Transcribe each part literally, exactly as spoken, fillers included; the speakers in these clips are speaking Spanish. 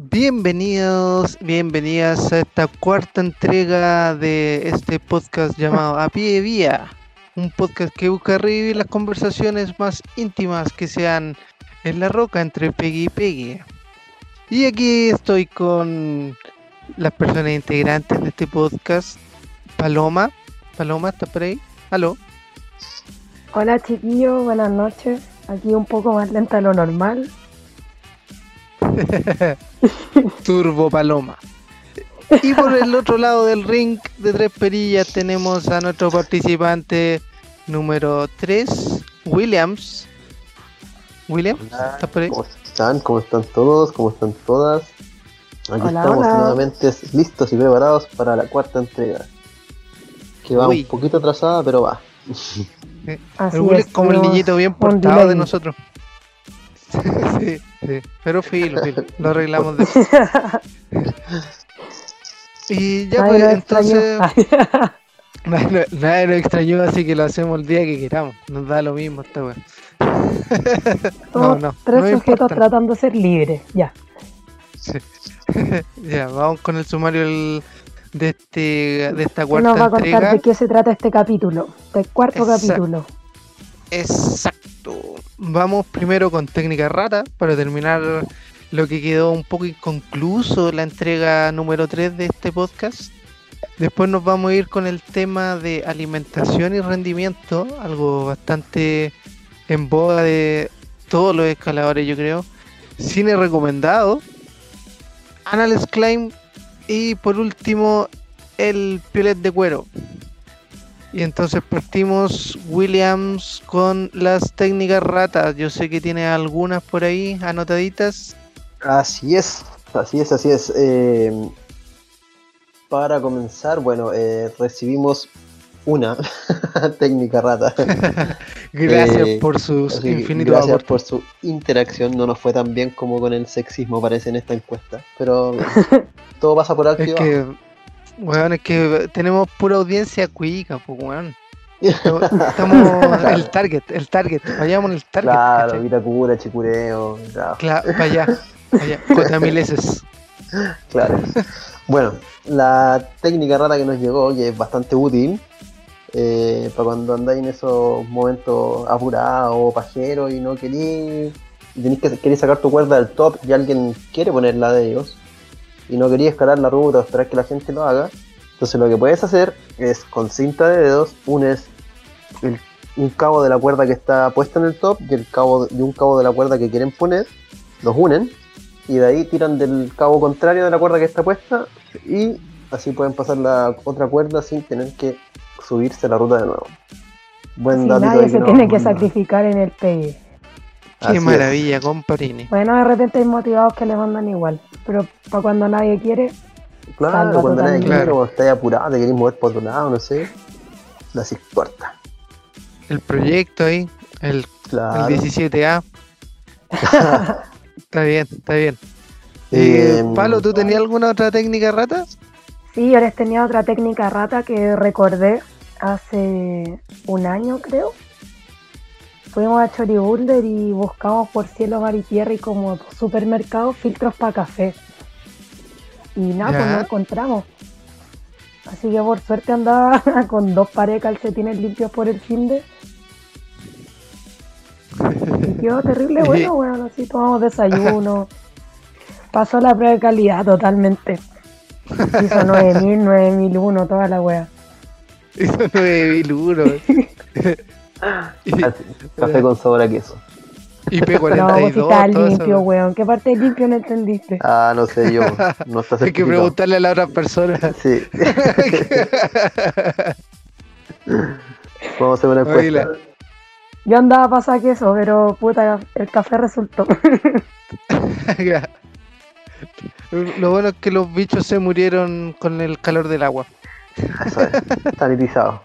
Bienvenidos, bienvenidas a esta cuarta entrega de este podcast llamado A Pie de Vía, un podcast que busca revivir las conversaciones más íntimas que sean en la roca entre Peggy y Peggy. Y aquí estoy con las personas integrantes de este podcast. Paloma, Paloma, ¿está por ahí? ¿Aló? Hola chiquillos, buenas noches. Aquí un poco más lenta de lo normal. Turbo Paloma. Y por el otro lado del ring de tres perillas tenemos a nuestro participante número tres, Williams. Williams, Hola, ¿estás por ahí? ¿cómo están? ¿Cómo están todos? ¿Cómo están todas? Aquí Hola, estamos hola. nuevamente listos y preparados para la cuarta entrega. Que va Uy. un poquito atrasada, pero va. Así El Will es es, como el tenemos niñito bien un portado de delay. nosotros. Sí, sí. Pero filo, filo, lo arreglamos de... Y ya Nadie pues, nos entonces... extrañó. Nadie, nadie nos extrañó, así que lo hacemos el día que queramos. Nos da lo mismo esta weá. No, Somos no, tres no sujetos importa. tratando de ser libres. Ya. Sí. Ya, vamos con el sumario del- de este de esta ¿Quién cuarta nos va a contar entrega. de qué se trata este capítulo? Del cuarto Exacto. capítulo. Exacto. Vamos primero con técnica rata para terminar lo que quedó un poco inconcluso, la entrega número tres de este podcast. Después nos vamos a ir con el tema de alimentación y rendimiento, algo bastante en boga de todos los escaladores, yo creo. Cine recomendado, Analyst Climb y por último el piolet de cuero. Y entonces partimos, Williams, con las técnicas ratas. Yo sé que tiene algunas por ahí anotaditas. Así es, así es, así es. Eh, para comenzar, bueno, eh, recibimos una técnica rata. Gracias Eh, por sus Así que infinitos gracias aportes. por su interacción. No nos fue tan bien como con el sexismo, parece, en esta encuesta. Pero todo pasa por alto y Es bajo. que, weón, es que tenemos pura audiencia cuica, pues, weón. Estamos, estamos el target, el target, vayamos en el target, Claro, ¿cachai? Vitacura, Chicureo, ya, Claro, para allá, para allá, J mileses. claro. Bueno, la técnica rata que nos llegó, que es bastante útil, eh, para cuando andáis en esos momentos apurados o pajeros y no queréis, y tenéis que queréis sacar tu cuerda del top y alguien quiere ponerla de ellos, y no queréis escalar la ruta o esperar que la gente lo haga. Entonces lo que puedes hacer es con cinta de dedos unes el, un cabo de la cuerda que está puesta en el top y el cabo y un cabo de la cuerda que quieren poner, los unen y de ahí tiran del cabo contrario de la cuerda que está puesta y así pueden pasar la otra cuerda sin tener que subirse la ruta de nuevo. Buen Si datito nadie ahí se que tiene nos que mandaron. sacrificar en el pegue. Qué Así es. maravilla, comparini. Bueno, de repente hay motivados que le mandan igual. Pero para cuando nadie quiere, Claro, salva cuando nadie totalmente. quiere, Claro. cuando estáis apurado, te queréis mover por otro lado, no sé, la six cuarta. El proyecto ahí, el, el Claro. diecisiete A. Está bien, está bien. Eh, Eh, Palo, ¿tú tenías alguna otra técnica rata? Sí, yo les tenía otra técnica rata que recordé hace un año, creo. Fuimos a Choriboulder y buscamos por cielo, mar y tierra y como supermercados filtros para café. Y nada, Ya. pues no encontramos. Así que por suerte andaba con dos pares de calcetines limpios por el fin de. Y quedó terrible bueno, bueno, así tomamos desayuno. Pasó la prueba de calidad totalmente. Hizo nueve mil, nueve mil uno, toda la wea. Hizo nueve mil uno. y, Así, café con sabor a queso. y P No, pues si cuarenta y dos. estaba toda esa limpio, wea. weón. ¿Qué parte de limpio no entendiste? Ah, no sé yo, no está Hay que certificado. preguntarle a la otra persona. Sí. Vamos a hacer una Oye, encuesta. la- Yo andaba a pasar queso, pero puta, el café resultó. Lo bueno es que los bichos se murieron con el calor del agua. Eso es, sanitizado.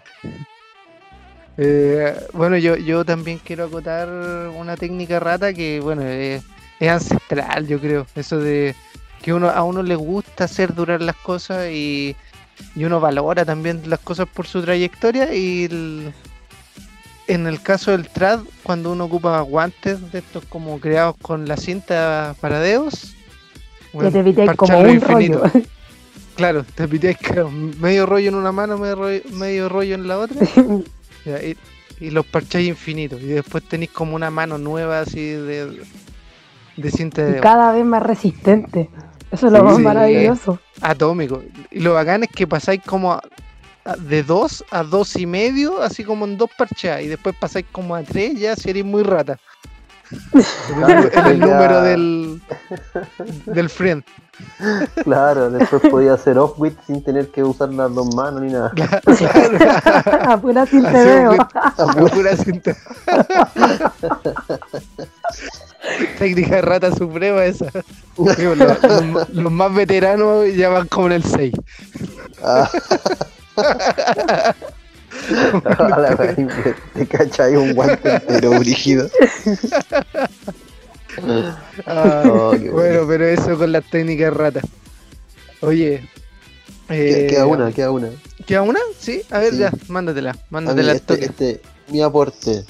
Eh, bueno, yo, yo también quiero acotar una técnica rata que, bueno, es, es ancestral, yo creo. Eso de que uno a uno le gusta hacer durar las cosas y, y uno valora también las cosas por su trayectoria. Y el- en el caso del trad, cuando uno ocupa guantes de estos como creados con la cinta para dedos, Que te pitéis como parcharlo un infinito. rollo. Claro, te pitéis claro, medio rollo en una mano, medio rollo, medio rollo en la otra. Ya, y, y los parcháis infinitos. Y después tenéis como una mano nueva así de, de cinta de Y dedo. cada vez más resistente. Eso es lo Sí, más sí. maravilloso. Atómico. Y lo bacán es que pasáis como a- a- de dos a dos y medio, así como en dos parchadas. Y después pasáis como a tres, ya seréis muy rata. En el, nu- en el número del, del friend. Claro, después podía hacer off-wit sin tener que usar las dos manos ni nada. Claro. Apura sin te Así veo. un A pura cinta. Técnica de rata suprema esa. Digo, lo- los, los más veteranos ya van como en el seis. Ah, a la vez, te cachai un guante entero brígido. Ah, Oh, qué bueno, bueno. pero eso con las técnicas de rata. Oye, Que- eh, Queda una, queda una. ¿queda una? Sí, a ver, Sí. ya, mándatela, A mí, mándatela al este, toque. este, mi aporte.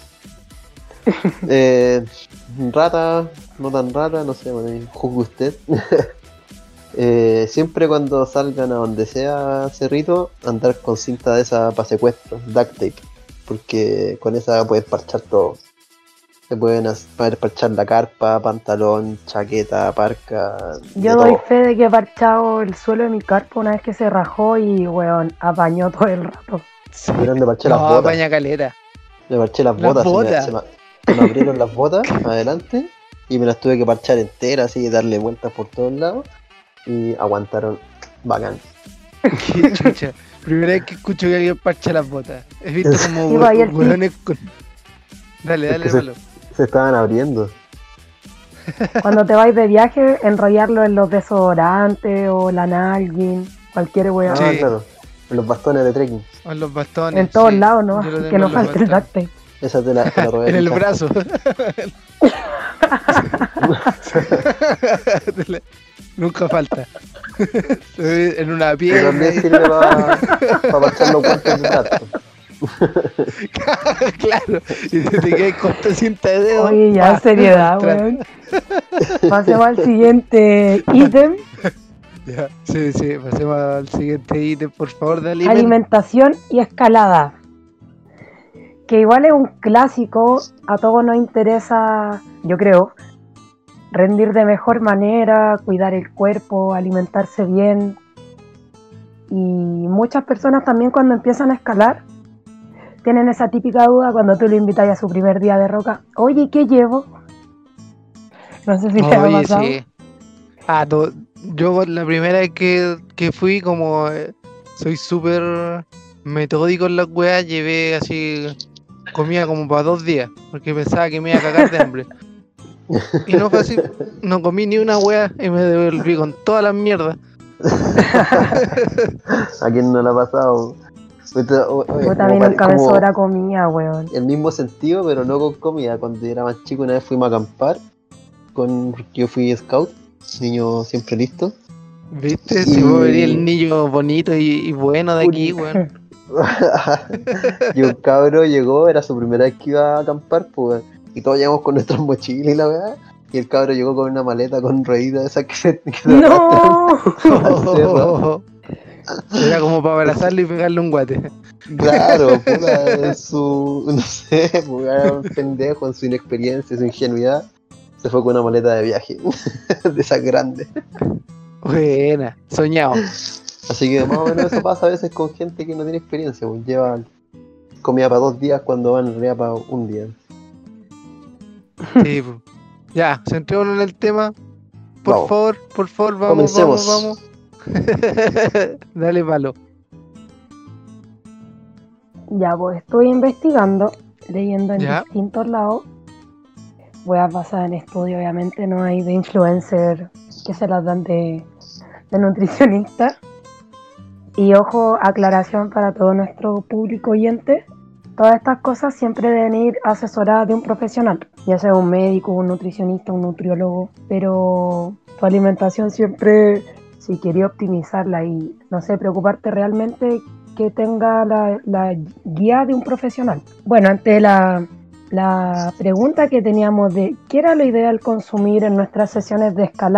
Eh, rata, no tan rata, no sé, bueno, juzgue usted. Eh, siempre cuando salgan a donde sea cerrito, andar con cinta de esa para secuestro, duct tape, porque con esa puedes parchar todo. Se pueden as- poder parchar la carpa, pantalón, chaqueta, parca, de Yo doy todo. fe de que he parchado el suelo de mi carpa una vez que se rajó y, weón, apañó todo el rato. Sí. Yo me parché las No, botas. paña caleta. Me parché las Las botas, se me, botas. se me- se me abrieron las botas adelante y me las tuve que parchar enteras así y darle vueltas por todos lados y aguantaron bacán. Qué chucha. Primera vez que escucho que alguien parcha las botas. He visto como Sí, va, ahí el hue- hueones con. Dale, Es dale, que se- malo. Se estaban abriendo. Cuando te vais de viaje, enrollarlo en los desodorantes o la nalguin, cualquier weón. Ah, Sí. claro. Los bastones de trekking. O en los bastones. En todos sí. lados, ¿no? Yo lo tengo Que no en los falte el bastones. duct tape. Esa te la, te la robé. En el Richard. brazo. Nunca falta. En una Que pierna. también y- sirve para parchar los guantes de plato. Claro. Y te, te quedas con tu cinta de dedo. Oye, ya, pa, seriedad, tra- weón. Pasemos al siguiente ítem. Ya, sí, sí, pasemos al siguiente ítem, por favor, de alimento. Alimentación y escalada. Que igual es un clásico, a todos nos interesa, yo creo, rendir de mejor manera, cuidar el cuerpo, alimentarse bien. Y muchas personas también cuando empiezan a escalar tienen esa típica duda cuando tú lo invitas a su primer día de roca. Oye, ¿qué llevo? No sé si les ha Oye, pasado. sí. Ah, to- yo la primera vez que, que fui, como eh, soy súper metódico en las weas, llevé así comida como para dos días, porque pensaba que me iba a cagar de hambre. Y no fue así, no comí ni una wea y me devolví con todas las mierdas. ¿A quién no le ha pasado? Oye, Yo como también pare- nunca me como sobra comida, weón. el mismo sentido, pero no con comida. Cuando era más chico, una vez fuimos a acampar. Con, yo fui scout, niño siempre listo. ¿Viste? Y- Si vos verías el niño bonito y, y bueno de aquí, weón. Y un cabro llegó, era su primera vez que iba a acampar, pues, y todos llegamos con nuestras mochilas y la verdad. Y el cabro llegó con una maleta con rueditas esas que se que se ¡No! al cerro. Era como para abrazarlo y pegarle un guate. Claro, puta, en su, no sé, pues, era un pendejo en su inexperiencia, su ingenuidad. Se fue con una maleta de viaje, de esas grandes. Buena, soñado. Así que más o menos eso pasa a veces con gente que no tiene experiencia, pues lleva comida para dos días cuando van en realidad para un día. Sí, po. Ya, centrémonos en el tema. Por Vamos. favor, por favor, vamos, Comencemos. vamos, vamos. Dale palo. Ya, pues estoy investigando, leyendo en Ya. distintos lados. Voy a pasar en estudio, obviamente, no hay de influencer que se las dan de, de nutricionista. Y ojo, aclaración para todo nuestro público oyente. Todas estas cosas siempre deben ir asesoradas de un profesional, ya sea un médico, un nutricionista, un nutriólogo. Pero tu alimentación siempre, si quería optimizarla y, no sé, preocuparte realmente que tenga la, la guía de un profesional. Bueno, ante la, la pregunta que teníamos de qué era lo ideal consumir en nuestras sesiones de escalada,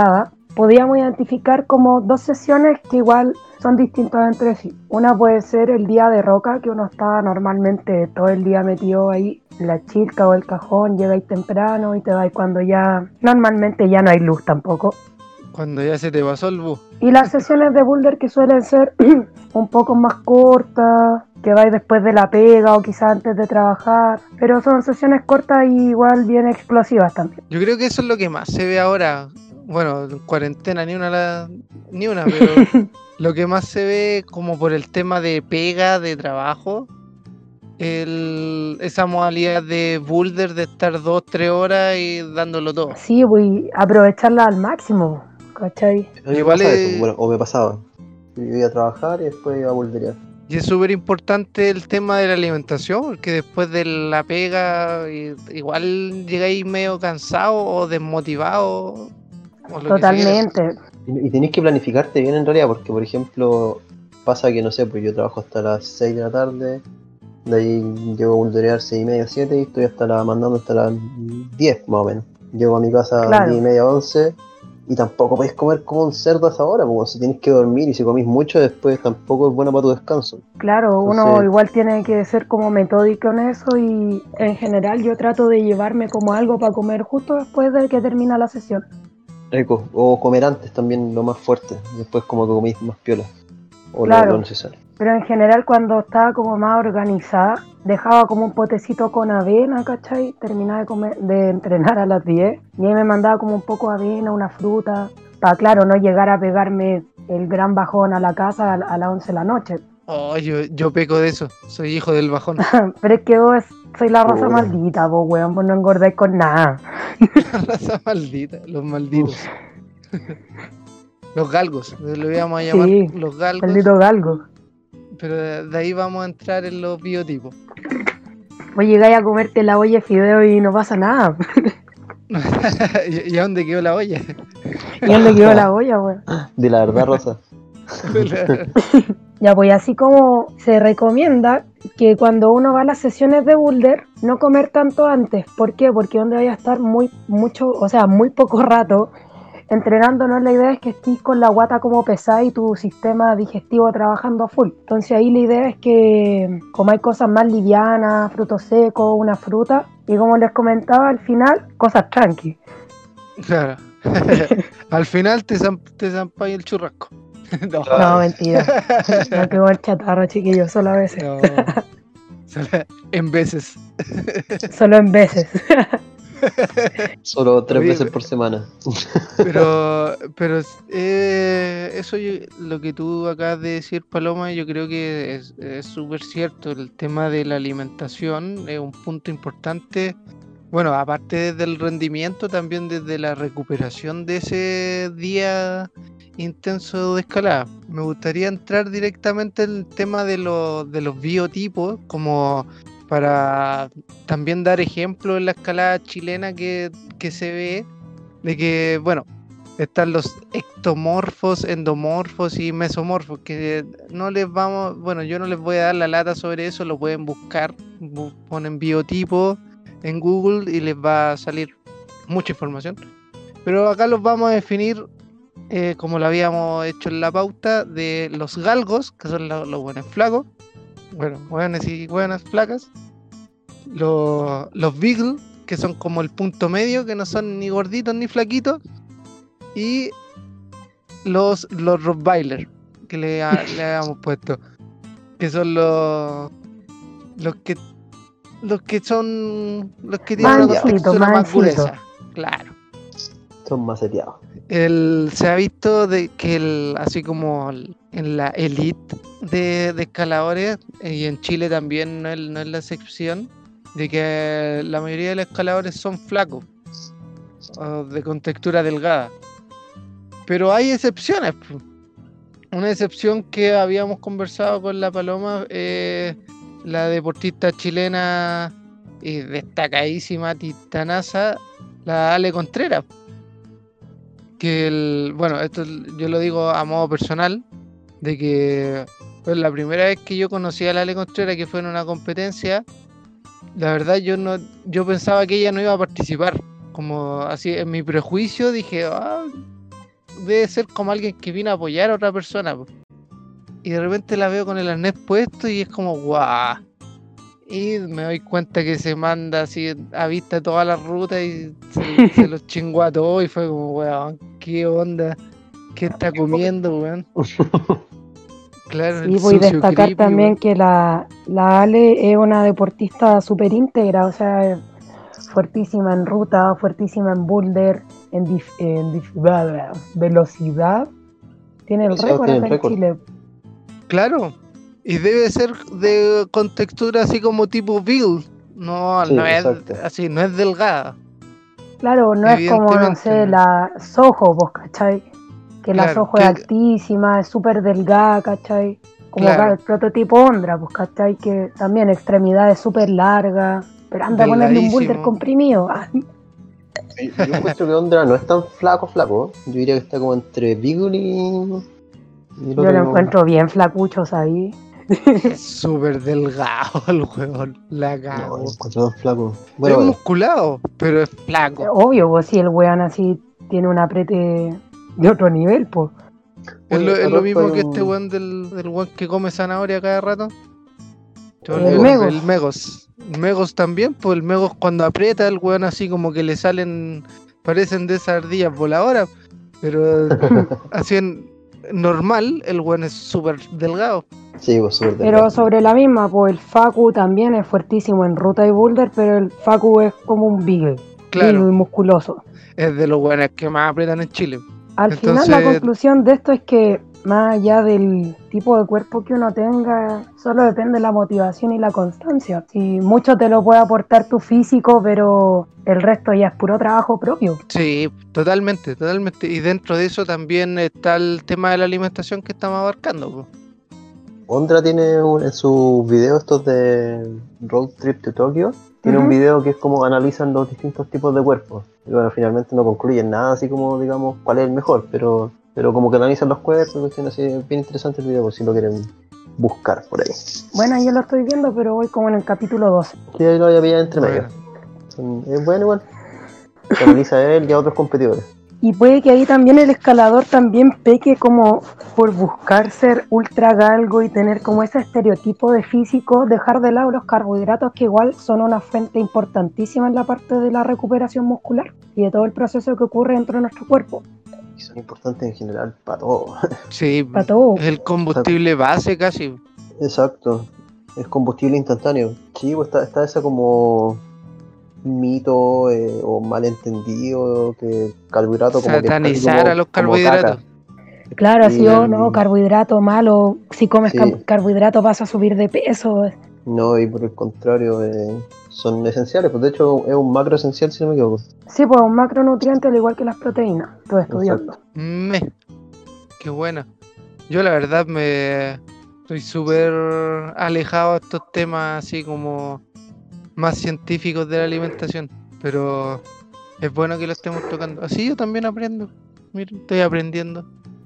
podíamos identificar como dos sesiones que igual son distintas entre sí. Una puede ser el día de roca, que uno está normalmente todo el día metido ahí en la chilca o el cajón, llegáis temprano y te vais cuando ya, normalmente ya no hay luz tampoco. Cuando ya se te pasó el bus. Y las sesiones de boulder que suelen ser un poco más cortas, que vais después de la pega o quizás antes de trabajar, pero son sesiones cortas y igual bien explosivas también. Yo creo que eso es lo que más se ve ahora. Bueno, en cuarentena ni una, la, ni una, pero lo que más se ve como por el tema de pega, de trabajo, el, esa modalidad de boulder de estar dos, tres horas y dándolo todo. Sí, voy a aprovecharla al máximo, ¿cachai? A mí me Igual pasa es- eso, bueno, o me pasaba. Yo iba a trabajar y después iba a volterear. Y es súper importante el tema de la alimentación, porque después de la pega i- igual llegáis medio cansado o desmotivado. O lo que se quiera. Totalmente. Y, y tenés que planificarte bien en realidad, porque por ejemplo, pasa que no sé, pues yo trabajo hasta las seis de la tarde, de ahí llego a volterear seis y media, siete y estoy hasta la, mandando hasta las diez más o menos. Llego a mi casa a Claro. diez y media, once y tampoco podés comer como un cerdo a esa hora, porque si tenés que dormir y si comís mucho después tampoco es bueno para tu descanso. Claro, uno Entonces- igual tiene que ser como metódico en eso y en general yo trato de llevarme como algo para comer justo después de que termina la sesión. Rico, o comer antes también lo más fuerte, después como que comís más piola, o lo- Claro. lo necesario. Pero en general cuando estaba como más organizada, dejaba como un potecito con avena, ¿cachai? Terminaba de, comer, de entrenar a las diez y ahí me mandaba como un poco de avena, una fruta, para claro, no llegar a pegarme el gran bajón a la casa a, a las once de la noche. Oh, yo, yo peco de eso, soy hijo del bajón. Pero es que vos soy la raza Puta. maldita, vos weón, vos no engordáis con nada. La raza maldita, los malditos. Los galgos, lo íbamos a llamar Sí, los galgos, Maldito galgo. pero de, de ahí vamos a entrar en los biotipos. Vos llegáis a comerte la olla de fideo y no pasa nada. ¿Y, y a dónde quedó la olla? ¿Y dónde quedó la olla, weón? De la verdad, Rosa. Ya, pues así como se recomienda que cuando uno va a las sesiones de boulder, no comer tanto antes. ¿Por qué? Porque donde vaya a estar muy, mucho, o sea, muy poco rato entrenando, no la idea es que estés con la guata como pesada y tu sistema digestivo trabajando a full. Entonces ahí la idea es que comáis cosas más livianas, frutos secos, una fruta. Y como les comentaba, al final, cosas tranqui. Claro. Al final te, zam, te zampáis el churrasco. No, No, mentira. No que comer chatarra, chiquillos, solo a veces. no. Solo en veces. Solo en veces. Solo tres Oye, veces por semana. Pero, pero eh, eso yo- lo que tú acabas de decir, Paloma, yo creo que es es súper cierto. El tema de la alimentación es un punto importante. Bueno, aparte del rendimiento, también desde la recuperación de ese día intenso de escalada. Me gustaría entrar directamente en el tema de los, de los biotipos, como para también dar ejemplo en la escalada chilena que, que se ve, de que, bueno, están los ectomorfos, endomorfos y mesomorfos, que no les vamos, bueno, yo no les voy a dar la lata sobre eso, lo pueden buscar, bu- ponen biotipo en Google y les va a salir mucha información. Pero acá los vamos a definir eh, como lo habíamos hecho en la pauta de los galgos, que son lo- los buenos flacos, bueno, buenas y buenas flacas, los, los beagle, que son como el punto medio, que no son ni gorditos ni flaquitos, y los, los rottweiler, que le, ha- le habíamos puesto, que son los los que los que son los que tienen una Mansito, textura más mansito. gruesa, claro. Son maceteados. El, se ha visto de que el, así como el- en la elite de, de escaladores, eh, y en Chile también no es, no es la excepción, de que la mayoría de los escaladores son flacos, o de con textura delgada. Pero hay excepciones. po. Una excepción que habíamos conversado con la Paloma, eh, la deportista chilena y destacadísima titanaza, la Ale Contreras. Que el, bueno, esto yo lo digo a modo personal, de que pues, la primera vez que yo conocí a la Ale Contreras, que fue en una competencia, la verdad yo no, yo pensaba que ella no iba a participar. Como así, en mi prejuicio dije, ah, debe ser como alguien que vino a apoyar a otra persona, po. Y de repente la veo con el arnés puesto y es como guau. Y me doy cuenta que se manda así a vista toda la ruta y se, se los chingó a todos y fue como, weón, ¿qué onda? ¿Qué está comiendo, weón? Claro, Sí, el voy a sucio destacar creepy, también weón. que la, la Ale es una deportista súper íntegra, o sea, es fuertísima en ruta, fuertísima en boulder, en, dif- en dif- bla, bla, velocidad. Tiene el Velocidad récord tiene el acá en récord. Chile. Claro. Y debe ser de con textura así como tipo Bill. No, Sí, no es exacto. así, no es delgada. Claro, no es como, no Evidentemente, sé, no. la Soho, vos, ¿cachai? Que la Claro, Soho es que, altísima, es súper delgada, ¿cachai? Como claro, el prototipo Ondra, pues, ¿cachai? Que también extremidades súper largas, pero anda a ponerle un boulder delgadísimo. comprimido. Ah, Yo yo encuentro que Ondra no es tan flaco, flaco. Yo diría que está como entre Beagle y, y el yo otro lo que no. encuentro bien flacucho, ¿sabí? Es súper delgado el weón. La No, lo cago. encuentro tan flaco. Es Bueno, bueno. musculado, pero es flaco. Obvio, pues si el weón así tiene un aprete de otro nivel, pues. Es Oye, lo, a es todo lo esto hay mismo que este un. weón del, del weón que come zanahoria cada rato. Te El olvidé El el Megos. nombre, Megos. el Megos. El Megos también, pues el Megos cuando aprieta el weón así como que le salen, parecen de esas ardillas voladoras, pero así en normal, el weón es súper delgado. Sí, pues súper Pero delgado. sobre la misma, pues el Facu también es fuertísimo en ruta y boulder, pero el Facu es como un Beagle, Beagle Claro, musculoso. es de los weones que más aprietan en Chile. Al final la Entonces, conclusión de esto es que más allá del tipo de cuerpo que uno tenga, solo depende la motivación y la constancia. Si mucho te lo puede aportar tu físico, pero el resto ya es puro trabajo propio. sí, totalmente, totalmente. Y dentro de eso también está el tema de la alimentación que estamos abarcando, po. Ondra tiene un- en sus videos estos de Road Trip to Tokyo, tiene un Ujú. video que es como analizan los distintos tipos de cuerpos. Y bueno, finalmente no concluyen nada así como, digamos, cuál es el mejor, pero, pero como que analizan los cuerpos, cuestiones así, es bien interesante el video por si lo quieren buscar por ahí. Bueno, yo lo estoy viendo, pero voy como en el capítulo doce. Sí, ahí lo voy a pillar entre Bueno, medio. Son- Es bueno igual. Se analiza a él y a otros competidores. Y puede que ahí también el escalador también peque como por buscar ser ultra galgo y tener como ese estereotipo de físico, dejar de lado los carbohidratos que igual son una fuente importantísima en la parte de la recuperación muscular y de todo el proceso que ocurre dentro de nuestro cuerpo. Y son importantes en general para todo. sí, Para todo. es el combustible base casi. Exacto. Es combustible instantáneo. Sí, pues está, está ese como mito eh, o malentendido que el carbohidrato como que es casi Satanizar a como, los como caca. carbohidratos. Claro, así, Y oh, no, carbohidrato malo, si comes sí, carbohidrato vas a subir de peso. no, y por el contrario, eh, son esenciales. Pues de hecho es un macro esencial si no me equivoco. Sí, pues un macronutriente al igual que las proteínas, estoy estudiando. Exacto. Me, qué buena. Yo la verdad me estoy súper alejado de estos temas así como más científicos de la alimentación, pero es bueno que lo estemos tocando. Así yo también aprendo. Mira, estoy aprendiendo.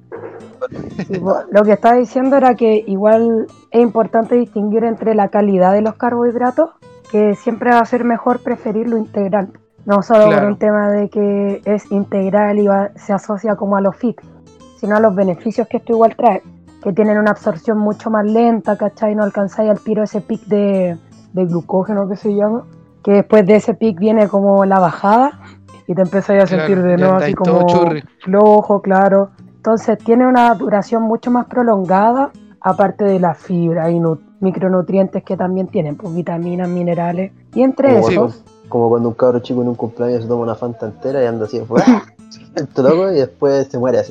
Sí, pues, lo que estaba diciendo era que igual es importante distinguir entre la calidad de los carbohidratos, que siempre va a ser mejor preferir lo integral. No solo por un Claro, tema de que es integral y va- se asocia como a los fit, sino a los beneficios que esto igual trae, que tienen una absorción mucho más lenta, ¿cachai? No alcanzáis al tiro ese pic de, de glucógeno que se llama, que después de ese pic viene como la bajada y te empezáis a sentir claro, de ya nuevo así andáis todo como churri. flojo, claro. Entonces tiene una duración mucho más prolongada, aparte de la fibra y nu- micronutrientes que también tienen, pues vitaminas, minerales, y entre Como Sí, esos, cuando, como cuando un cabro chico en un cumpleaños se toma una Fanta entera y anda así, ¡ah! Esto loco, y después se muere así.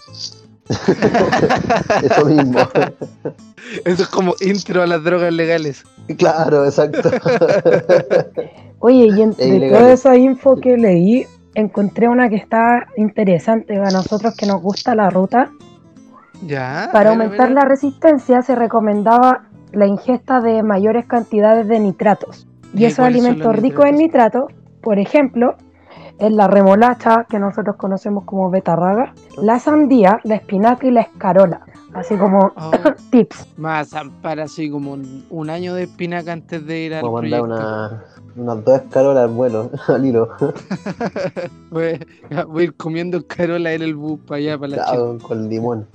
Eso mismo. Eso es como intro a las drogas legales. Claro, exacto. oye, y Es entre ilegal. toda esa info que leí, encontré una que está interesante para nosotros que nos gusta la ruta. Ya, a Para ver, a ver, aumentar a la ver. resistencia se recomendaba la ingesta de mayores cantidades de nitratos. Y ¿Y esos cuáles son los alimentos ricos en nitratos? nitratos, por ejemplo, es la remolacha, que nosotros conocemos como betarraga, la sandía, la espinaca y la escarola. Así como Oh, tips. más para así como un, un año de espinaca antes de ir al Vamos a mandar proyecto. una, unas dos escarolas al vuelo, al hilo. voy, voy a ir comiendo escarola en el bus para allá, para la China. Claro, con limón.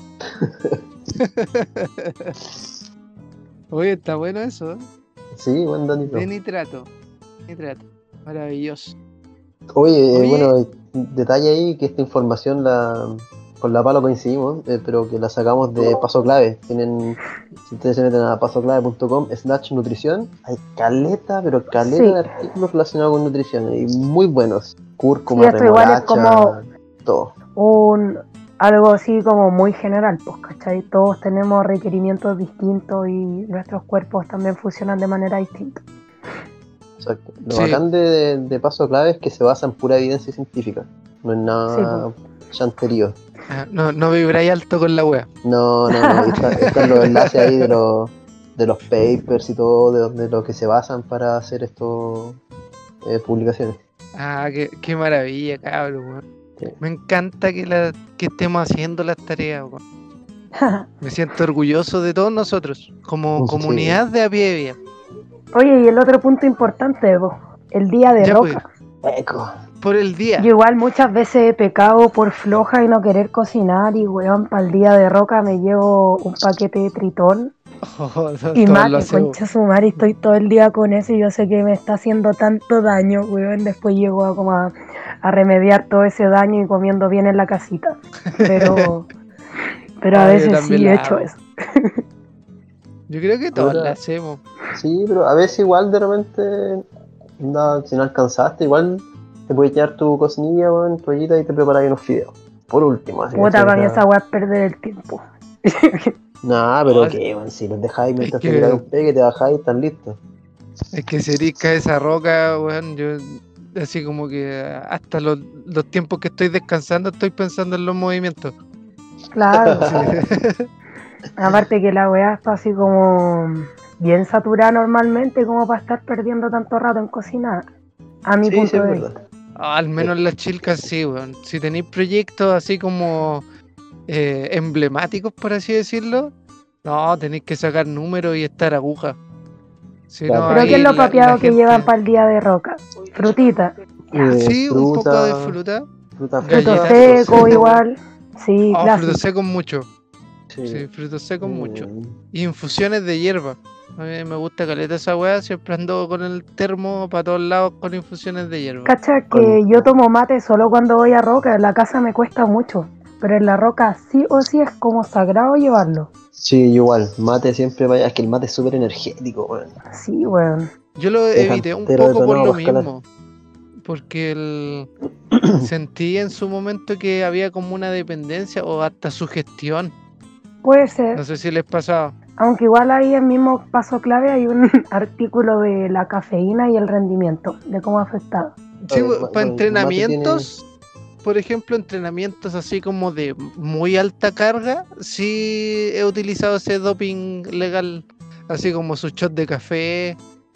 Oye, está bueno eso, ¿eh? Sí, buen datito. De nitrato. Nitrato. Maravilloso. Oye, Oye. eh, bueno, detalle ahí que esta información la con la Palo coincidimos, eh, pero que la sacamos de Paso Clave. Tienen, si ustedes se meten a pasoclave punto com slash nutrición, hay caleta, pero caleta Sí. de artículos relacionados con nutrición y muy buenos. Cúrcuma, Sí, esto igual es remolacha, como- todo. Un, algo así como muy general, pues, ¿cachai? Todos tenemos requerimientos distintos y nuestros cuerpos también funcionan de manera distinta. Exacto. Lo Sí. bacán de, de Paso Clave es que se basa en pura evidencia científica. No es nada chanterío. Ah, no, no vibráis alto con la wea. No, no, no. y está- están los enlaces ahí de los, de los papers y todo, de, donde- lo que se basan para hacer estas eh, publicaciones. Ah, qué, qué maravilla, cabrón, weón. Sí. Me encanta que, la, que estemos haciendo las tareas, weón. Me siento orgulloso de todos nosotros, como Sí. comunidad de a pie de vía. Oye, y el otro punto importante, po, el día de Ya, roca. Eco. Por el día. Yo igual muchas veces he pecado por floja y no querer cocinar y weón, para el día de roca me llevo un paquete de tritón Oh, to- y todos lo mate, hacemos. concha su madre, y estoy todo el día con eso y yo sé que me está haciendo tanto daño, weón, después llego a como a, a remediar todo ese daño y comiendo bien en la casita, pero pero a Ah, yo veces también sí la he hecho hago. eso. Yo creo que todos Puta. lo hacemos. Sí, pero a veces igual de repente, anda, si no alcanzaste, igual te puedes llevar tu cocinilla, weón, tu ollita y te preparas unos fideos. Por último, así Puta, ¿cachai? para mí O sea, esa weá es perder el tiempo. Nah, pero Oh, qué, weón, si los dejáis mientras que- te tiráis un pegue, te bajáis y están listos. Es que se erizca esa roca, weón. Yo, así como que hasta los, los tiempos que estoy descansando, estoy pensando en los movimientos. Claro. Sí. Aparte que la weá está así como bien saturada normalmente como para estar perdiendo tanto rato en cocinar. A mi Sí, punto sí, es de verdad. vista. Ah, al menos las chilcas sí, weón. Si tenéis proyectos así como eh, emblemáticos, por así decirlo, no, tenéis que sacar números y estar aguja. Si Claro. no, Pero ahí ¿qué es lo la- papeado la que gente- llevan para el día de roca? Frutita, Eh, Sí, un poco de fruta. fruta Fruto fruto Galletas. seco igual. Sí, Oh, clásico. frutos secos mucho. Sí, Sí, frutos secos Mm, mucho. Y infusiones de hierba. A mí me gusta caleta esa weá, siempre ando con el termo para todos lados con infusiones de hierba. Cacha que Con- yo tomo mate solo cuando voy a roca, en la casa me cuesta mucho. Pero en la roca sí o sí es como sagrado llevarlo. Sí, igual, mate siempre vaya, es que el mate es súper energético, weón. Sí, weón. Yo lo Deja evité un entero poco por detonado lo para escalar. mismo. Porque el... sentí en su momento que había como una dependencia o hasta sugestión. Puede ser. No sé si les pasaba. Aunque igual ahí en mismo paso clave hay un artículo de la cafeína y el rendimiento, de cómo afecta. Sí, el ma- para bueno, el mate entrenamientos, por ejemplo, entrenamientos así como de muy alta carga, sí he utilizado ese doping legal, así como su shot de café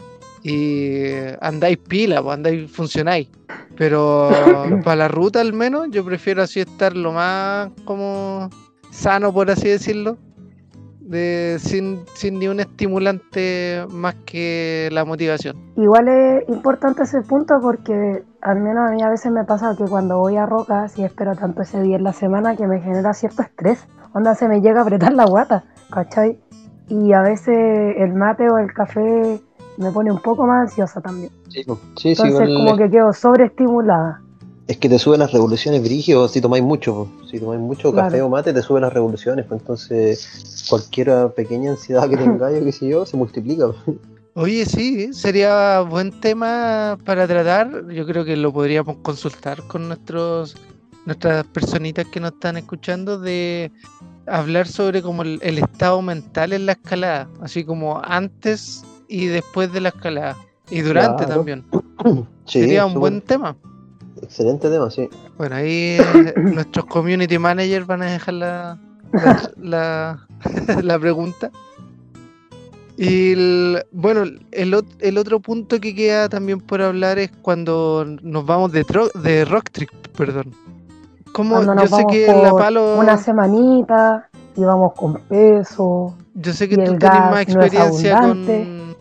y andáis pila, pues andáis, funcionáis. Pero para la ruta al menos, yo prefiero así estar lo más como sano, por así decirlo, de sin, sin ni un estimulante más que la motivación. Igual es importante ese punto porque al menos a mí a veces me pasa que cuando voy a rocas y espero tanto ese día en la semana que me genera cierto estrés. Onda se me llega a apretar la guata, ¿cachai? Y a veces el mate o el café me pone un poco más ansiosa también. Sí, po. sí, sí, Entonces igual como que quedo sobreestimulada. es que te suben las revoluciones brígido si tomáis mucho, po. Si tomáis mucho Claro. café o mate te suben las revoluciones, pues entonces cualquier pequeña ansiedad que tengáis o qué sé yo, se multiplica. Po. Oye, sí, sería buen tema para tratar. Yo creo que lo podríamos consultar con nuestros nuestras personitas que nos están escuchando, de hablar sobre como el, el estado mental en la escalada, así como antes y después de la escalada y durante Claro. también. Sí, Sería un súper. buen tema. Excelente tema, sí. Bueno, ahí eh, nuestros community managers van a dejar la, la, la, la pregunta. Y el, bueno, el, ot- el otro punto que queda también por hablar es cuando nos vamos de, tro- de rock trip, perdón. Como Cuando yo nos sé vamos que en La por Palo, una semanita y vamos con peso yo sé que y tú el tenés más gas no es experiencia abundante. con...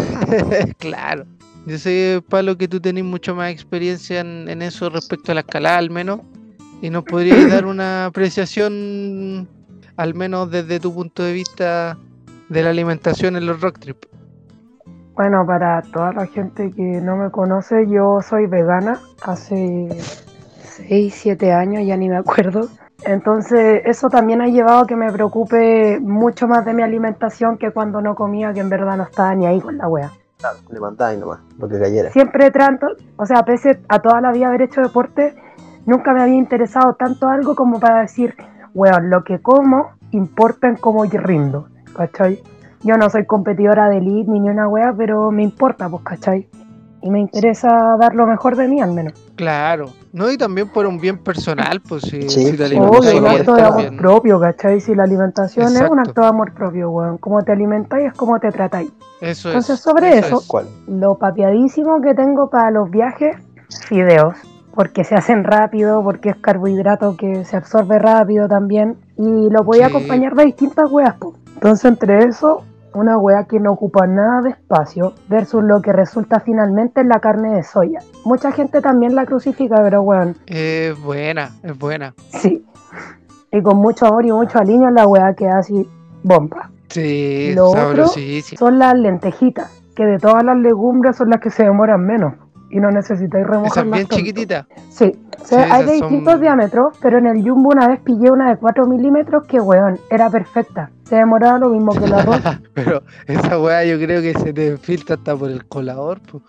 Claro. Yo sé, Palo, que tú tenés mucho más experiencia en, en eso respecto a la escalada, al menos. Y nos podríais dar una apreciación, al menos desde tu punto de vista, de la alimentación en los rock trip. Bueno, para toda la gente que no me conoce, yo soy vegana hace seis siete años, ya ni me acuerdo. Entonces eso también ha llevado a que me preocupe mucho más de mi alimentación que cuando no comía, que en verdad no estaba ni ahí con la wea. Claro, le mandáis nomás, lo que cayera. Siempre trato, o sea, pese a toda la vida haber hecho deporte, nunca me había interesado tanto algo como para decir, weón, lo que como importa en cómo yo rindo, ¿cachai? Yo no soy competidora de elite ni una wea, pero me importa, pues, ¿cachai? Y me interesa dar lo mejor de mí al menos. Claro, no, y también por un bien personal, pues si, Sí, si te sí, no Obvio, alimentáis un solo por bien acto de estar amor bien. también. propio, ¿cachai? Si la alimentación es un Exacto. acto de amor propio, weón. Como te alimentáis es como te tratáis. Eso Entonces, es. sobre eso, es. ¿Cuál? lo papiadísimo que tengo para los viajes, fideos. Porque se hacen rápido, porque es carbohidrato que se absorbe rápido también. Y lo podía Sí, acompañar de distintas weas, pues. Entonces, entre eso, una wea que no ocupa nada de espacio versus lo que resulta finalmente en la carne de soya. Mucha gente también la crucifica, pero weón, es buena, es buena. sí. Y con mucho amor y mucho aliño la weá queda así bomba. Sí, Lo otro sabrosísimo. son las lentejitas, que de todas las legumbres son las que se demoran menos y no necesitáis Esa es remojarlas bien tanto. chiquitita. Sí, o sea, Sí, hay esas de son- distintos diámetros, pero en el Jumbo una vez pillé una de cuatro milímetros que, weón, era perfecta. Se demoraba lo mismo que el arroz. Pero esa weá yo creo que se te filtra hasta por el colador, pues.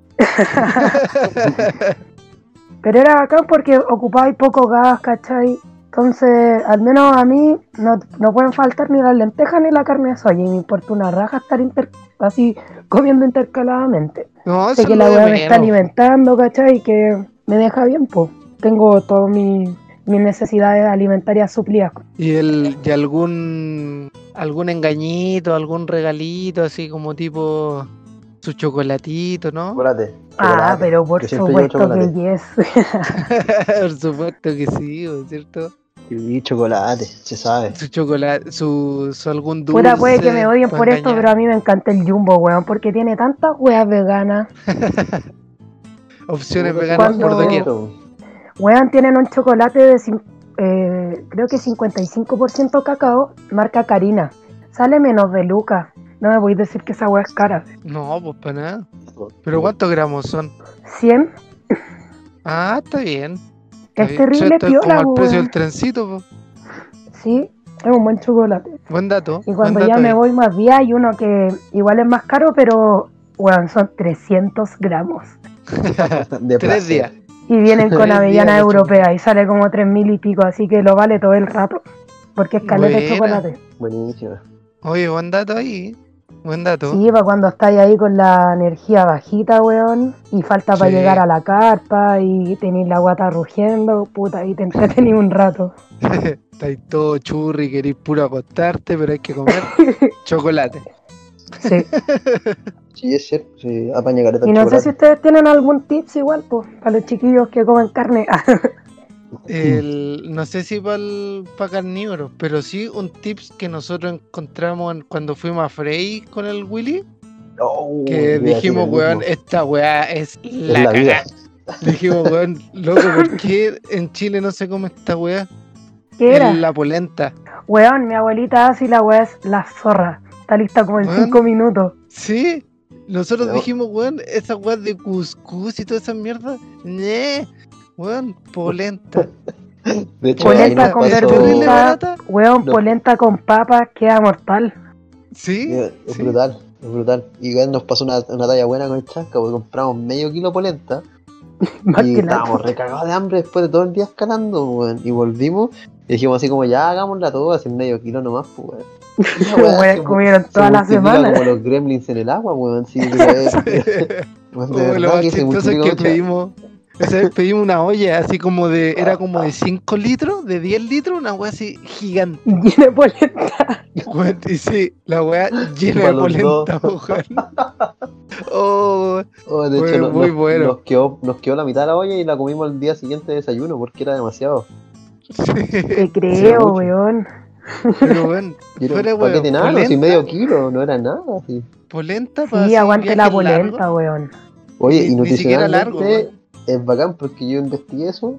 Pero era bacán porque ocupabais poco gas, ¿cachai? Entonces, al menos a mí no, no pueden faltar ni las lentejas ni la carne de soya. Y me importa una raja estar inter- así comiendo intercaladamente. No, Sé eso que es lo la de weá me está menos. alimentando, ¿cachai? Y que me deja bien, pues. Tengo todas mis, mis necesidades alimentarias suplidas. Y el, y algún algún engañito, algún regalito, así como tipo su chocolatito, ¿no? Chocolate. Ah, chocolate. pero por Yo siempre llevo supuesto que chocolate. yes. Por supuesto que sí, ¿no es cierto? Y chocolate, se sabe. Su chocolate, su, su algún Puta, puede que me dulce odien para por esto, pero engañar. a mí me encanta el Jumbo, weón, porque tiene tantas weas veganas. Opciones Puta, veganas por Cuando- doquier. eso. Weón, tienen un chocolate de, cin- eh, creo que cincuenta y cinco por ciento cacao, marca Karina. Sale menos de lucas. No me voy a decir que esa wea es cara. No, pues para nada. Pero ¿cuántos gramos son? cien Ah, está bien. Está es bien. terrible Esto es como piola, el precio weón. del trencito, po. Sí, es un buen chocolate. Buen dato. Y Buen cuando dato ya me ahí. voy más días hay uno que igual es más caro, pero weón, son trescientos gramos. De Tres placer. días. Y vienen con Tres avellana días de europea y sale como tres mil y pico, así que lo vale todo el rato. Porque es caleta de Buena. chocolate. Buenísima. Oye, buen dato ahí. Buen dato. Sí, para cuando estáis ahí con la energía bajita, weón, y falta para Sí. llegar a la carpa y tenéis la guata rugiendo, puta, y te entretenís un rato. Estáis todo churri, queréis puro acostarte, pero hay que comer chocolate. Sí. Sí, es cierto. Sí, apaña careta Y el no sé chocolate. si ustedes tienen algún tips igual, pues, para los chiquillos que comen carne. El, no sé si para carnívoros, pero sí un tips que nosotros encontramos en- cuando fuimos a Frey con el Willy, Oh, que yo iba a decir dijimos, el weón, mismo. esta weá es Es la la vida. cagada. Dijimos, weón, loco, ¿por qué en Chile no se come esta weá? ¿Qué era? Es la polenta. Weón, mi abuelita hace y la weá es la zorra. Está lista como en Weón. cinco minutos. Sí, nosotros No. dijimos, weón, esa weá de cuscús y toda esa mierda. Nee, weón, polenta. De hecho, ahí Polenta nos con es pasó. terrible verdurita, barata. weón, No. polenta con papas, queda mortal. Sí, Mira, es sí. brutal, es brutal. Y igual nos pasó una, una talla buena con el chasca, porque compramos medio kilo de polenta Más y que la estábamos chucha. recagados de hambre después de todo el día escalando, weón. Y volvimos y dijimos así como, ya hagámosla todo, así medio kilo nomás, pues, weón. Y la weá Weón, se, comieron se toda la multiplica semana. como los gremlins en el agua, weón. Sí, pero es, weón, de Oh, lo verdad más que se chistoso es multiplica que mucho. pedimos, O sea, pedimos una olla así como de, era como de cinco litros, de diez litros, una weá así gigante. Llena de polenta. Weón, y sí, la weá llena Pa' de los dos. polenta, weón. Oh, Oh, de Fue hecho, no- muy nos, bueno. nos quedó, nos quedó la mitad de la olla y la comimos el día siguiente de desayuno porque era demasiado. Te sí. creo, mucho. weón. Pero bueno, Y era fuera un paquete weón, nada, no, si polenta, medio kilo, no era nada. Sí. polenta para Sí, así aguante la viajes polenta, largos. weón. Oye, Ni- y ni siquiera largo, nutricionalmente weón. es bacán porque yo investigué eso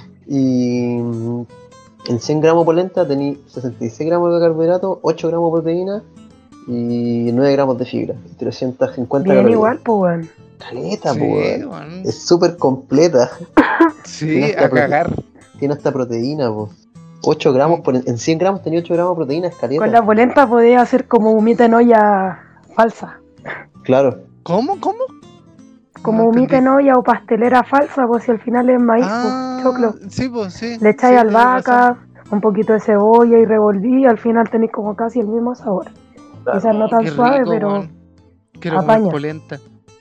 y mm, en cien gramos de polenta tenía sesenta y seis gramos de carbohidratos, ocho gramos de proteína y nueve gramos de fibra, y trescientas cincuenta Bien calorías. igual, pues, weón. Caleta, Sí, po, weón. weón. Es súper completa. Sí, Tiene hasta a cagar. Tiene hasta proteína, po. ocho gramos, Mm. por, en cien gramos tenía ocho gramos de proteína, es Con caleta. la polenta podía hacer como humita en olla falsa. Claro. ¿Cómo? ¿Cómo? Como No humita en entendí. olla o pastelera falsa, pues si al final es maíz, Ah, pues, choclo. sí, pues sí. Le echáis sí, albahaca, un poquito de cebolla y revolví y al final tenéis como casi el mismo sabor. Claro. Quizás no Oh, tan qué suave, rico, pero weón. Quiero apaña. comer polenta.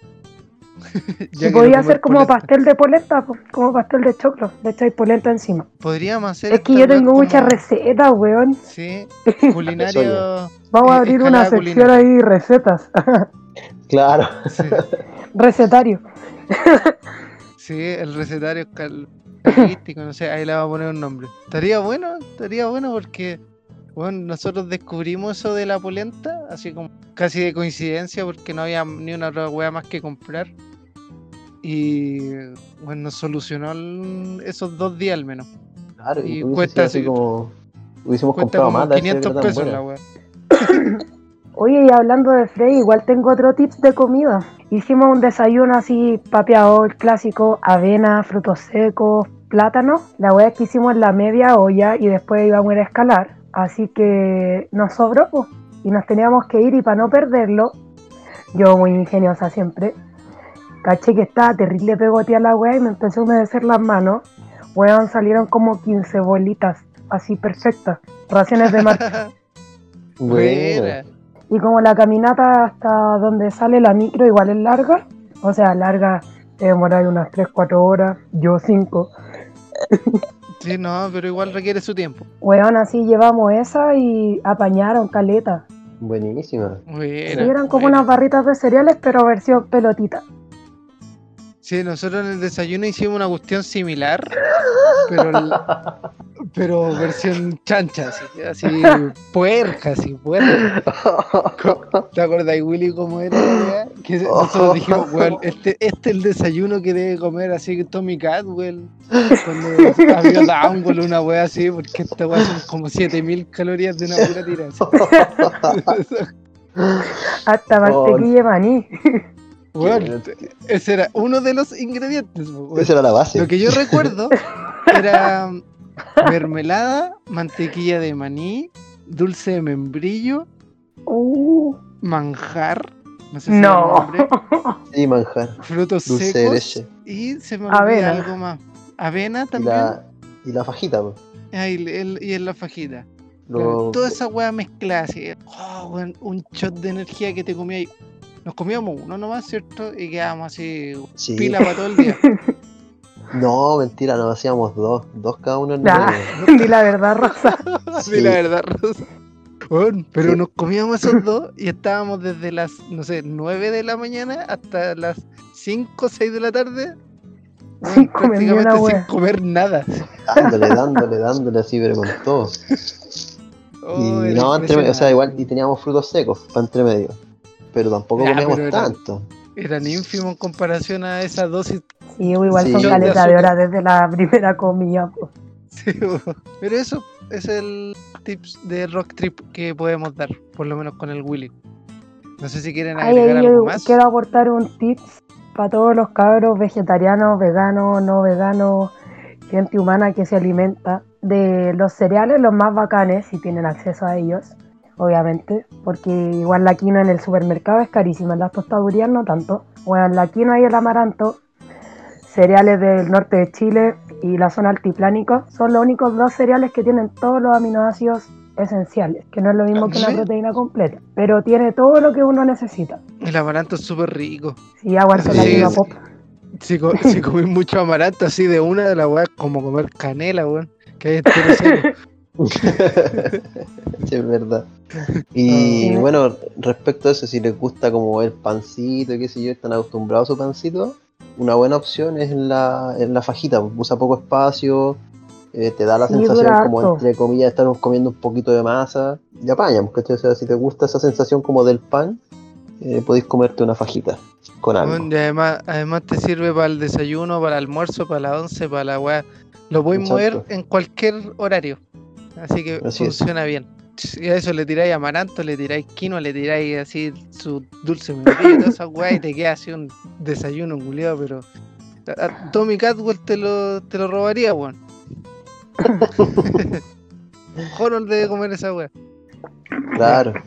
Ya si quiero podía comer hacer como polenta. pastel de polenta, pues, como pastel de choclo, le echáis polenta encima. Podríamos hacer Es que esta yo weá tengo como... muchas recetas, weón. Sí, soya. culinario... Vamos a eh, abrir escalada una sección culinaria. ahí, recetas. Claro. Sí, Recetario. sí, el recetario cal- calístico, no sé, ahí le vamos a poner un nombre. Estaría bueno, estaría bueno porque, bueno, nosotros descubrimos eso de la polenta, así como casi de coincidencia, porque no había ni una otra wea más que comprar. Y, bueno, nos solucionó el- esos dos días al menos. Claro, y Y hubiese cuesta sido así así- como. Hubiésemos Cuesta comprado como más, de haber sido quinientos que era tan pesos buena. la wea. Oye, y hablando de Frey, igual tengo otro tips de comida. Hicimos un desayuno así, papeado, el clásico, avena, frutos secos, plátano. La wea es que hicimos la media olla y después íbamos a ir a escalar. Así que nos sobró, pues, y nos teníamos que ir y para no perderlo, yo muy ingeniosa siempre, caché que estaba terrible pegoteada la wea y me empezó a humedecer las manos. Weón, salieron como quince bolitas, así perfectas, raciones de marcha. Buena. Buena. Y como la caminata hasta donde sale la micro igual es larga, o sea, larga, te demoráis unas tres cuatro horas, yo cinco. Sí, no, pero igual requiere su tiempo. Weón, así llevamos esa y apañaron caleta. Buenísima. Buena, Sí, eran como buena. unas barritas de cereales, pero versión pelotita. Sí, nosotros en el desayuno hicimos una cuestión similar, pero el- pero versión chancha, así, así puerca, así puerca. Co- ¿Te acuerdas, Willy, cómo era la weá? Que se- nosotros dijimos, weón, este, este es el desayuno que debe comer así que Tommy Catwell cuando abrió Downwell, una weá así, porque esta weá son como siete mil calorías de una pura tira. así. Hasta mantequilla de maní. Weón, ese era uno de los ingredientes. Weón. Esa era la base. Lo que yo recuerdo era mermelada, mantequilla de maní, dulce de membrillo, Uh, manjar, no sé si no. era el nombre, Sí, manjar. frutos Dulce de secos leche. y se me olvida Avena. algo más. Avena Y también. la, y la fajita, pues. Ah, y, el- y en la fajita. Lo- Claro, toda esa weá mezclada así. Oh, weón, un shot de energía que te comía ahí. Nos comíamos uno nomás, ¿cierto? Y quedábamos así, Sí. pila para todo el día. No, mentira, nos hacíamos dos. Dos cada uno en Nah, medio. di la verdad, Rosa. Sí, la verdad, Rosa. Weón, pero Sí. nos comíamos esos dos y estábamos desde las, no sé, nueve de la mañana hasta las cinco o seis de la tarde. weón, Sin comer ni una prácticamente sin wea. comer nada. Dándole, dándole, dándole así, pero con todo. Oh, Y era no, entre medio, o sea, igual, y impresionante. teníamos frutos secos para entre medio. Pero tampoco Ya, comíamos pero era- tanto. Eran ínfimos en comparación a esa dosis. Sí, igual Sí. son Shot de caleta de azúcar. horas desde la primera comida. Po. Sí, weón. Pero eso es el tips de rock trip que podemos dar, por lo menos con el Willy. No sé si quieren Ay, agregar ahí algo yo más. quiero aportar un tips para todos los cabros vegetarianos, veganos, no veganos, gente humana que se alimenta de los cereales, los más bacanes, si tienen acceso a ellos, obviamente, porque igual la quinoa en el supermercado es carísima, en las tostadurías no tanto. Bueno, la quinoa y el amaranto, cereales del norte de Chile y la zona altiplánica, son los únicos dos cereales que tienen todos los aminoácidos esenciales, que no es lo mismo que una ¿Sí? proteína completa, pero tiene todo lo que uno necesita. El amaranto es súper rico. Sí, aguante Eso la sí quinoa es- pop. Si, co- si comís mucho amaranto así de una de las weas, como comer canela, weón. Que hay entero seco. Sí, es verdad. Ah, Y Sí. bueno, respecto a eso, si les gusta como el pancito y qué sé yo, están acostumbrados a su pancito, una buena opción es la, es la fajita, usa poco espacio, eh, te da la Sí, sensación dura como harto. entre comillas de estar comiendo un poquito de masa, y apañan, ¿cachai? O sea, si te gusta esa sensación como del pan, eh, podéis comerte una fajita con algo. weón, y además, además te sirve para el desayuno, para el almuerzo, para la once, para la wea. Lo podéis mover Exacto, en cualquier horario. Así que así es. funciona bien. Si a eso le tiráis amaranto, le tiráis quinoa, le tiráis así su dulce membrillo, todas esas weas y te queda así un desayuno culiado, pero a- a- Tommy Catwell te lo, te lo robaría, weón. Honor debe comer esa wea. Ya. Claro.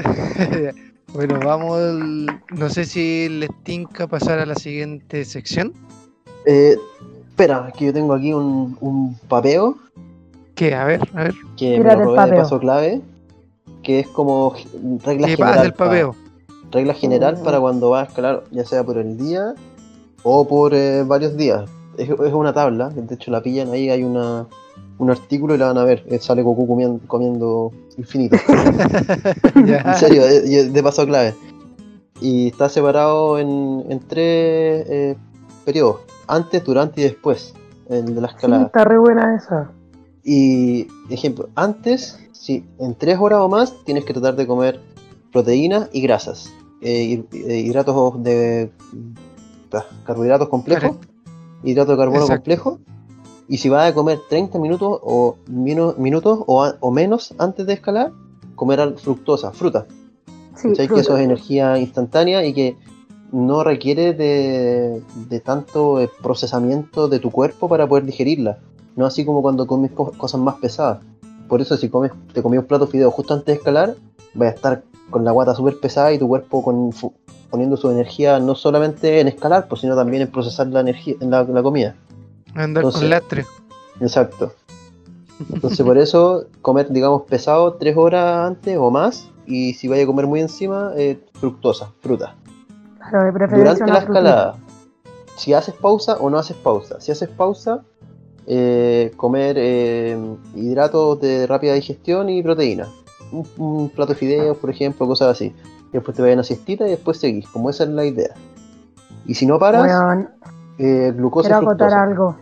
Bueno, vamos. al- No sé si les tinca pasar a la siguiente sección. Eh, espera, que yo tengo aquí un, un papeo ¿Qué? A ver, a ver. que me lo Tírate el robé de papeo. paso clave, que es como g- regla ¿Qué pasa el general para papeo? regla general para cuando vas a escalar, ya sea por el día o por eh, varios días. Es, es una tabla, de hecho la pillan ahí, hay una, un artículo y la van a ver. eh, Sale Goku comiendo, comiendo infinito. En Ya. serio, eh, y de paso clave. Y está separado en, en tres eh, periodos: antes, durante y después, el de la Sí, escalada. está re buena esa. Y, ejemplo, antes, si en tres horas o más, tienes que tratar de comer proteínas y grasas. Eh, hid- eh, hidratos de. ah, carbohidratos complejos, Care- hidrato de carbono Exacto. complejo. Y si vas a comer treinta minutos o, minu- minutos o, a- o menos antes de escalar, comer al- fructosa, fruta. Sí, ¿Cachai? Que eso fruta. es energía instantánea y que no requiere de, de tanto eh, procesamiento de tu cuerpo para poder digerirla. No así como cuando comes co- cosas más pesadas. Por eso si comes, te comí un plato de fideo justo antes de escalar, vas a estar con la guata súper pesada y tu cuerpo con, fu- poniendo su energía no solamente en escalar, pues, sino también en procesar la energía, la, la comida. Andar con Entonces, lastre. exacto. Entonces por eso comer, digamos, pesado tres horas antes o más. Y si vaya a comer muy encima, eh, fructosa, fruta. Pero de preferencia Durante una la frutita. escalada, si haces pausa o no haces pausa. Si haces pausa, eh, comer eh, hidratos de rápida digestión y proteína. Un, un plato de fideos, por ejemplo, cosas así. Y después te vayan a siestita y después seguís, como esa es la idea. Y si no paras, Weón, eh, glucosa y quiero acotar fructosa. algo.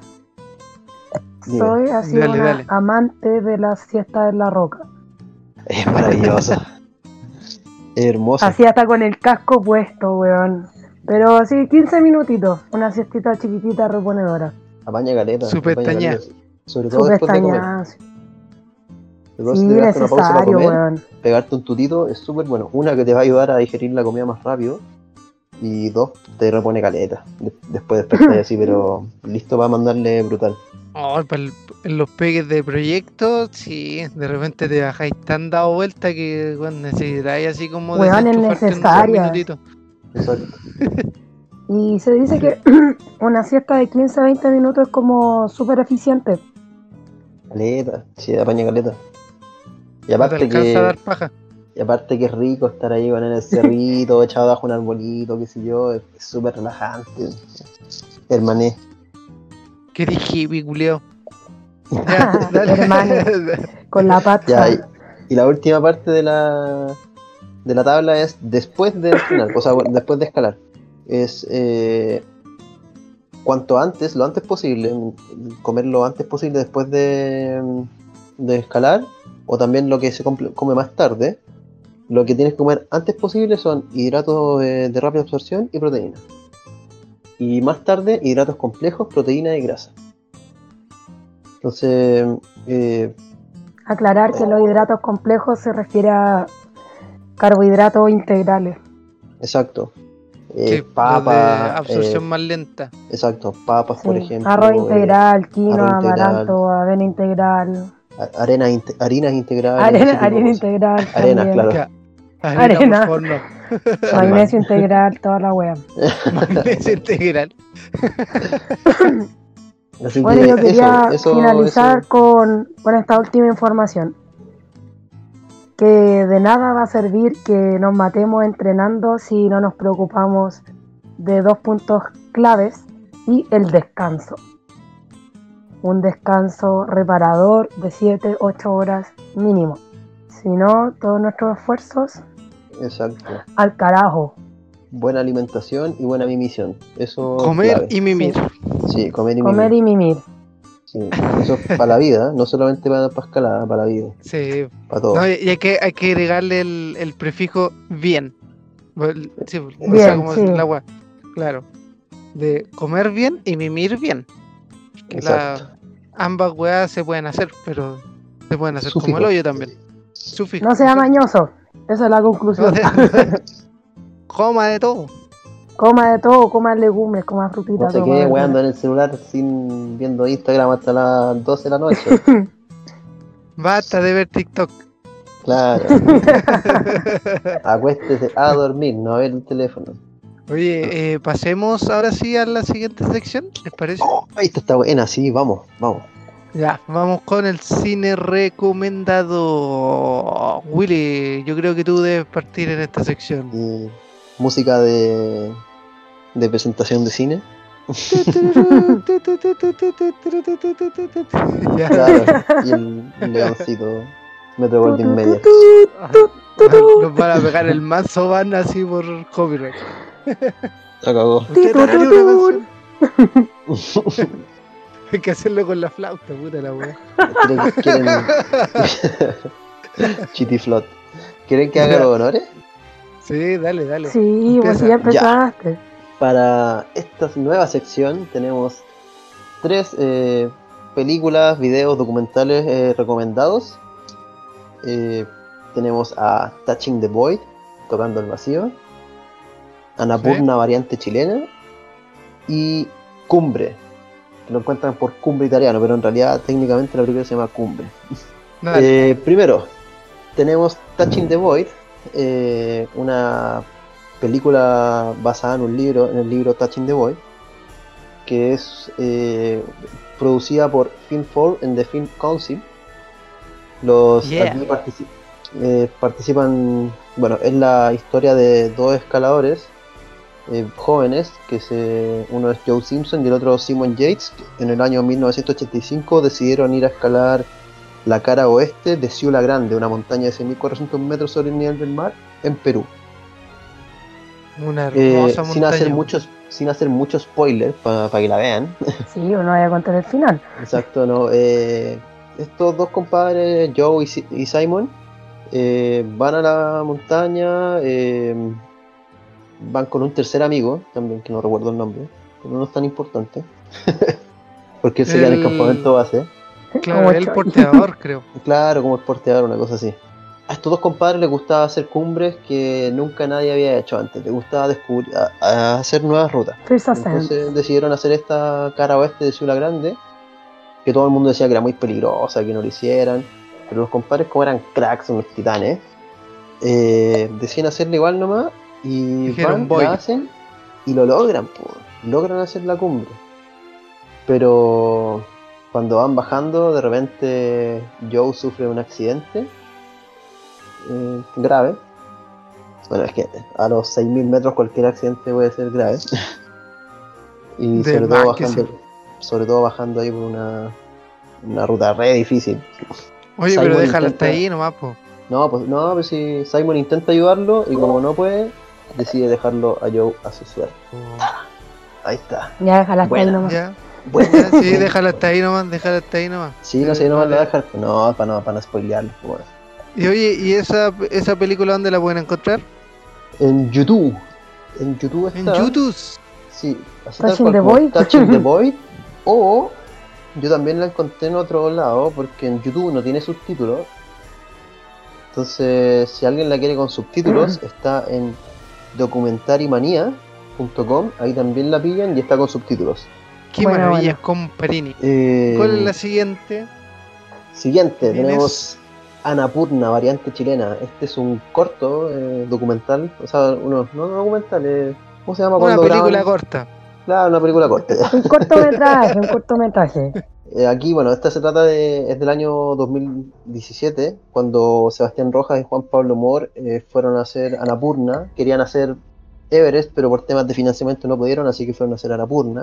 Dime, Soy así Dale, una dale. amante de la siesta en la roca. es maravillosa, es hermosa. Así hasta con el casco puesto, weón. Pero así, quince minutitos. Una siestita chiquitita reponedora. Apaña caleta, Su apaña pestaña. caleta. Sobre todo Su después de comer. pestañazo. Luego Sí, si te pegaste una pausa para necesario, comer, weón. pegarte un tutito es súper bueno. Una, que te va a ayudar a digerir la comida más rápido. Y dos, te repone caleta. De- después despertáis así, pero listo para mandarle brutal. Oh, para el- en los pegues de proyectos, sí, de repente te bajáis tan dado vuelta que bueno, necesitáis así como Weón, es desenchufarte unos necesaria. minutitos. Exacto. Y se dice Sí. que una siesta de quince a veinte minutos es como súper eficiente. Caleta, sí, apaña caleta. Y No te aparte alcanza a dar que, paja. y aparte que es rico estar ahí con el cerrito, echado bajo un arbolito, qué sé yo, es es súper relajante. Hermané. Que eres hippie, culiao. Ya, dale. Hermane, con la Ya, y, pacha. y la última parte de la, de la tabla es después de entrenar, o sea, bueno, después de escalar. Es eh, cuanto antes, lo antes posible, mm, comer lo antes posible después de, mm, de escalar, o también lo que se comple- come más tarde. Lo que tienes que comer antes posible son hidratos de, de rápida absorción y proteína. Y más tarde, hidratos complejos, proteína y grasa. Entonces, eh, Aclarar que los hidratos complejos se refiere a carbohidratos integrales. exacto. Eh, Sí, los de papa, absorción eh, más lenta. exacto, papas, por Sí, ejemplo, arroz eh, integral, arroz quinoa, integral, amaranto, avena integral, a- arena inte- harinas integrales, ese arena, tipo de harina cosas. integral Arenas, también, claro. Ya, arena, por arena, favor, no. Sandman. magnesio integral, toda la wea. Magnesio integral. Así Bueno, que yo eso, quería eso, finalizar eso. con, con esta última información. Que de nada va a servir que nos matemos entrenando si no nos preocupamos de dos puntos claves y el descanso. Un descanso reparador de siete a ocho horas mínimo. Si no, todos nuestros esfuerzos Exacto. al carajo. Buena alimentación y buena mimisión. Eso es Comer clave. y mimir. Sí, comer y Comer mimir. y mimir. Sí, eso es para la vida, no solamente para, para escalada, para la vida, Sí. para todo. No, y hay que, hay que agregarle el, el prefijo bien. Bueno, sí, o sea, Bien, como sí. el agua. Claro. De comer bien y mimir bien. Que la, Exacto. ambas weas se pueden hacer, pero se pueden hacer como el Sufijo. hoyo también. Sufijo. No sea mañoso. Esa es la conclusión. Coma de todo. Coma de todo, coma legumbres, coma No frutitas, se coma quede verduras. weando en el celular sin viendo Instagram hasta las doce de la noche. Basta de ver TikTok. Claro. Acuéstese a dormir, no a ver el teléfono. Oye, eh, pasemos ahora sí a la siguiente sección, ¿les parece? Oh, esta está buena, sí, vamos, vamos. Ya, vamos con el cine recomendado. Willy, yo creo que tú debes partir en esta sección. Y música de, de presentación de cine. Ya. Claro, y el, el leoncito Metro Goldwyn Mayer. Nos van a pegar el mazo van así por copyright. La cagó. ¿Usted tararía una canción? Hay que hacerlo con la flauta, puta la wea. ¿Quieren, quieren... Chitiflot. ¿Quieren que haga los honores? Sí, dale, dale. Sí, pues Empieza. ya empezaste. Para esta nueva sección tenemos tres eh, películas, videos, documentales eh, recomendados. Eh, tenemos a Touching the Void, Tocando el Vacío, Annapurna, Sí. variante chilena, y Cumbre, que lo encuentran por Cumbre Italiano, pero en realidad técnicamente la película se llama Cumbre. Dale. Eh, primero, tenemos Touching the Void, eh, una película basada en un libro, en el libro Touching the Void, que es eh, producida por Film four and the Film Council. Los Yeah. aquí partici- eh, participan, bueno, es la historia de dos escaladores eh, jóvenes, que se, uno es Joe Simpson y el otro Simon Yates, que en el año mil novecientos ochenta y cinco decidieron ir a escalar la cara oeste de Ciula Grande, una montaña de seis mil cuatrocientos metros sobre el nivel del mar, en Perú. Una Eh, hermosa sin hacer montaña. muchos sin hacer muchos spoilers para que la vean. Sí, uno vaya a contar el final. Exacto, no. Eh, estos dos compadres, Joe y, Si- y Simon, eh, van a la montaña, eh, van con un tercer amigo, también que no recuerdo el nombre, pero no es tan importante, porque él sería en el El- campamento base. Claro, Como el Choy. porteador, creo. Claro, como el porteador, una cosa así. A estos dos compadres les gustaba hacer cumbres que nunca nadie había hecho antes, les gustaba descubrir, a- a hacer nuevas rutas. First Ascent. Entonces decidieron hacer esta cara oeste de Ciudad Grande, que todo el mundo decía que era muy peligrosa, que no lo hicieran, pero los compadres, como eran cracks, unos titanes, eh, deciden hacerla igual nomás, y Dijeron, van, voy. la hacen y lo logran, po, logran hacer la cumbre. Pero cuando van bajando, de repente Joe sufre un accidente eh, grave. Bueno, es que a los seis mil metros cualquier accidente puede ser grave. Y De sobre más todo que bajando, sí. sobre todo bajando ahí por una, una ruta re difícil. Oye, Simon pero déjala intenta- hasta ahí nomás, po. No, pues no, pues si Simon intenta ayudarlo y como no puede, decide dejarlo a Joe a su suerte. Ahí está. Ya déjala hasta ahí Buena. nomás. Ya, Bueno, ya, sí, déjala hasta ahí nomás, déjala hasta ahí nomás. sí, no sé, no me lo voy a dejar. No, para no, para no spoilearlo. Bueno. Y oye, ¿y esa, esa película dónde la pueden encontrar? En YouTube. En YouTube está. En YouTube. Sí, así Touching tal cual, the como Void. Touching the Void. O yo también la encontré en otro lado, porque en YouTube no tiene subtítulos. Entonces, si alguien la quiere con subtítulos, está en documentarimanía punto com. Ahí también la pillan y está con subtítulos. Qué Bueno, maravillas con Parini. Eh, ¿Cuál es la siguiente? Siguiente, ¿Tienes? tenemos Annapurna, variante chilena. Este es un corto eh, documental, o sea, uno, no documental, eh, ¿cómo se llama? Una cuando película graban? corta. Claro, una película corta. Un cortometraje, un cortometraje. Eh, aquí, bueno, esta se trata de, es del año dos mil diecisiete, cuando Sebastián Rojas y Juan Pablo Mor eh, fueron a hacer Annapurna, querían hacer Everest, pero por temas de financiamiento no pudieron, así que fueron a hacer Annapurna.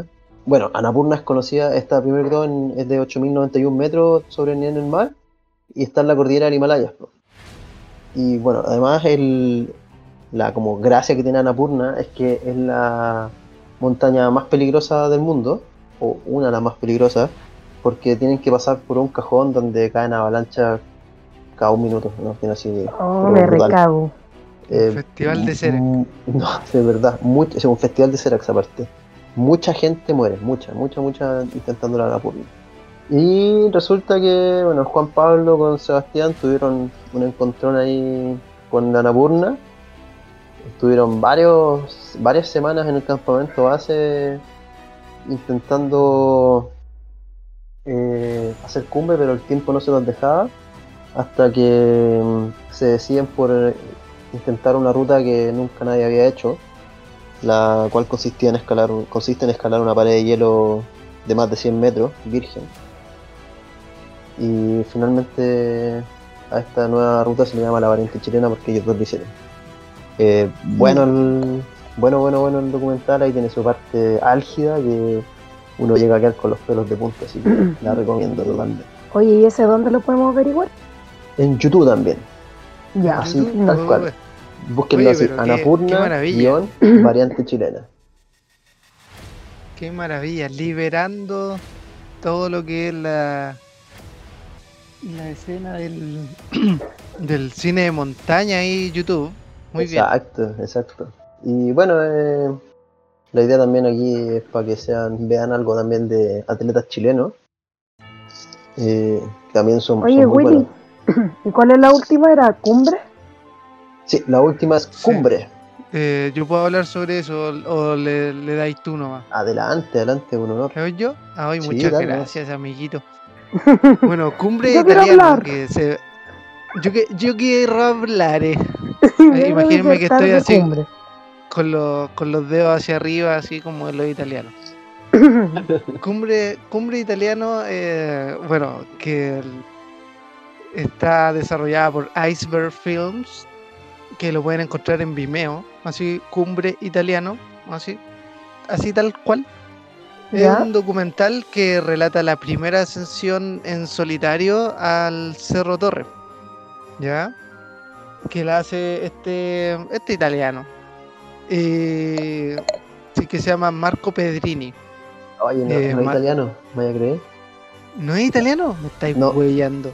bueno, Annapurna es conocida, está primero que todo en- es de ocho mil noventa y uno metros sobre el nivel del mar y está en la cordillera del Himalaya. ¿No? Y bueno, además el, la como gracia que tiene Annapurna es que es la montaña más peligrosa del mundo, o una de las más peligrosas, porque tienen que pasar por un cajón donde caen avalanchas cada un minuto, ¿no? Tiene así, Oh, pero me brutal. recago. Eh, Festival de m- Cera. m- no, de verdad, mucho, es un festival de Serax aparte. Mucha gente muere, mucha, mucha, mucha intentando la Annapurna. Y resulta que, bueno, Juan Pablo con Sebastián tuvieron un encontrón ahí con la Annapurna. Estuvieron varios, varias semanas en el campamento base intentando eh, hacer cumbre, pero el tiempo no se los dejaba. Hasta que mm, se deciden por eh, intentar una ruta que nunca nadie había hecho, la cual consistía en escalar, consiste en escalar una pared de hielo de más de cien metros, virgen. Y finalmente a esta nueva ruta se le llama la variante chilena porque ellos dos lo hicieron. Eh, bueno, el, bueno, bueno, bueno el documental, ahí tiene su parte álgida que uno llega a quedar con los pelos de punta, así que la recomiendo totalmente. Oye, ¿y ese dónde lo podemos averiguar? En YouTube también, Ya. así YouTube, tal oh, cual. Búsquenlo Oye, así, pero qué- qué Annapurna, maravilla. guión, variante chilena. Qué maravilla, liberando todo lo que es la, la escena del, del cine de montaña y YouTube. Muy bien. Exacto, exacto. Y bueno, eh, la idea también aquí es para que sean, vean algo también de atletas chilenos. Eh, que también son, Oye, son muy Willy, buenos. ¿y cuál es la última? ¿Era Cumbre? Sí, la última es Sí. Cumbre. Eh, yo puedo hablar sobre eso o, o le, le dais tú nomás. Adelante, adelante, un honor. ¿Le doy yo? Ah, hoy Sí, muchas dale, gracias, amiguito. Bueno, cumbre Yo quiero italiano hablar. que se. Yo, que, yo quiero hablar. eh. Yo quiero Imagínense que disertar estoy de así Cumbre. con los, con los dedos hacia arriba, así como en los italianos. Cumbre, cumbre italiano, eh, bueno, que el- está desarrollada por Iceberg Films, que lo pueden encontrar en Vimeo, así, Cumbre italiano, así, así tal cual. Es ¿Ya? un documental que relata la primera ascensión en solitario al Cerro Torre, ¿ya? Que la hace este, este italiano, eh, sí, que se llama Marco Pedrini. Oye, no, Eh, no es Ma- italiano, vaya a creer. ¿No es italiano? Me estáis No. huellando.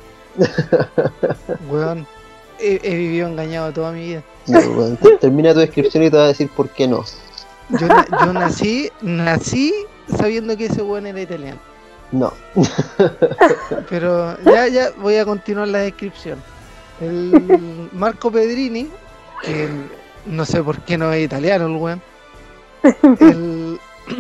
Weón, he, he vivido engañado toda mi vida. No, bueno, te- termina tu descripción y te voy a decir por qué no. Yo, na- yo nací, nací sabiendo que ese weón era italiano. No. Pero ya, ya voy a continuar la descripción. El Marco Pedrini, que no sé por qué no es italiano el weón, él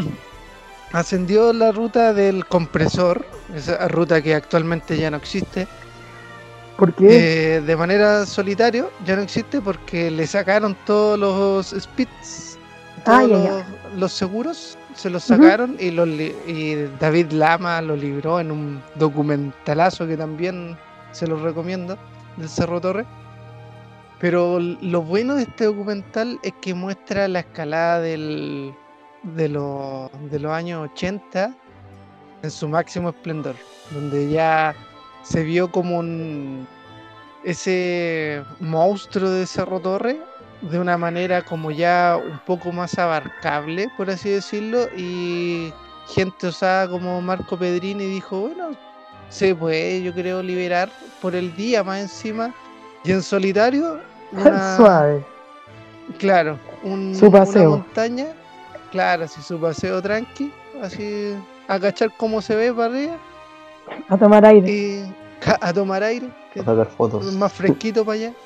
ascendió la ruta del compresor, esa ruta que actualmente ya no existe, ¿Por qué? eh, de manera solitario, ya no existe porque le sacaron todos los speeds, todos Ah, ya, los, ya. los seguros, se los Ujú. sacaron y, los li- y David Lama lo libró en un documentalazo que también se los recomiendo, del Cerro Torre. Pero l- lo bueno de este documental es que muestra la escalada del, de, los, de los años ochenta en su máximo esplendor, donde ya se vio como un, ese monstruo de Cerro Torre de una manera como ya un poco más abarcable, por así decirlo, y gente osada como Marco Pedrini dijo, bueno, se puede, yo creo, liberar por el día más encima, y en solitario, una, Suave. claro, un- Su una paseo. montaña, claro, así su paseo tranqui, así a cachar cómo se ve para arriba, A tomar aire. y ca- a tomar aire, que A sacar fotos. más fresquito para allá,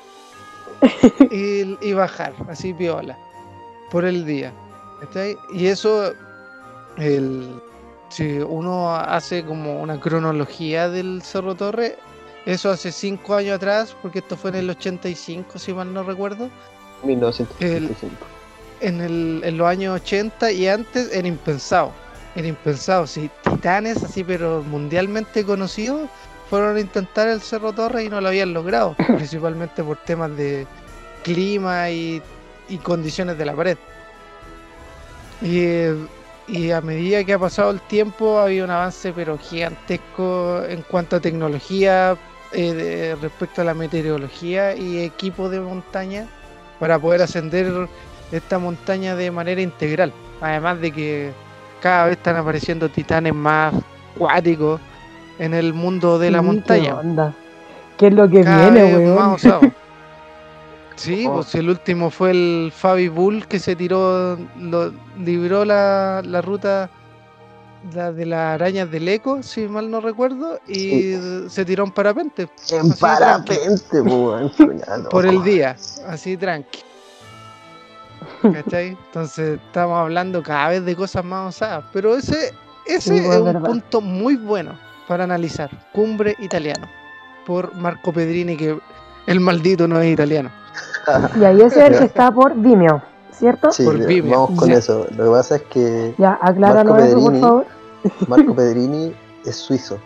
y, y bajar, así piola, por el día. ¿Cachai? Y eso, el, si uno hace como una cronología del Cerro Torre, eso hace cinco años atrás, porque esto fue en el ochenta y cinco, si mal no recuerdo, mil novecientos ochenta y cinco. en, el, en los años ochenta y antes era impensado. Era impensado, sí, titanes así, pero mundialmente conocidos, fueron a intentar el Cerro Torre y no lo habían logrado, principalmente por temas de clima y, y condiciones de la pared. Y eh, y a medida que ha pasado el tiempo ha habido un avance pero gigantesco en cuanto a tecnología, eh, de- respecto a la meteorología y equipo de montaña para poder ascender esta montaña de manera integral. Además de que cada vez están apareciendo titanes más cuáticos en el mundo de la Sí, ¿qué montaña. onda? ¿Qué es lo que Cada viene, vez weón? más osados. Sí, Oh. pues el último fue el Fabi Bull que se tiró, lo, libró la, la ruta la de las arañas del Eco, si mal no recuerdo, y se tiró en parapente, En así tranqui, parapente, weón. Chuña, por el loco. día, así tranqui. ¿Cachai? Entonces estamos hablando cada vez de cosas más osadas, pero ese, ese Sí, pues, es un verdad. punto muy bueno para analizar. Cumbre Italiano, por Marco Pedrini, que el maldito no es italiano. Y ahí ese es el que está por Vimeo, ¿cierto? Sí, Por Vimeo, vamos con sí. eso. Lo que pasa es que Ya, Marco acláranos eso, por Pedrini, favor. Marco Pedrini es suizo.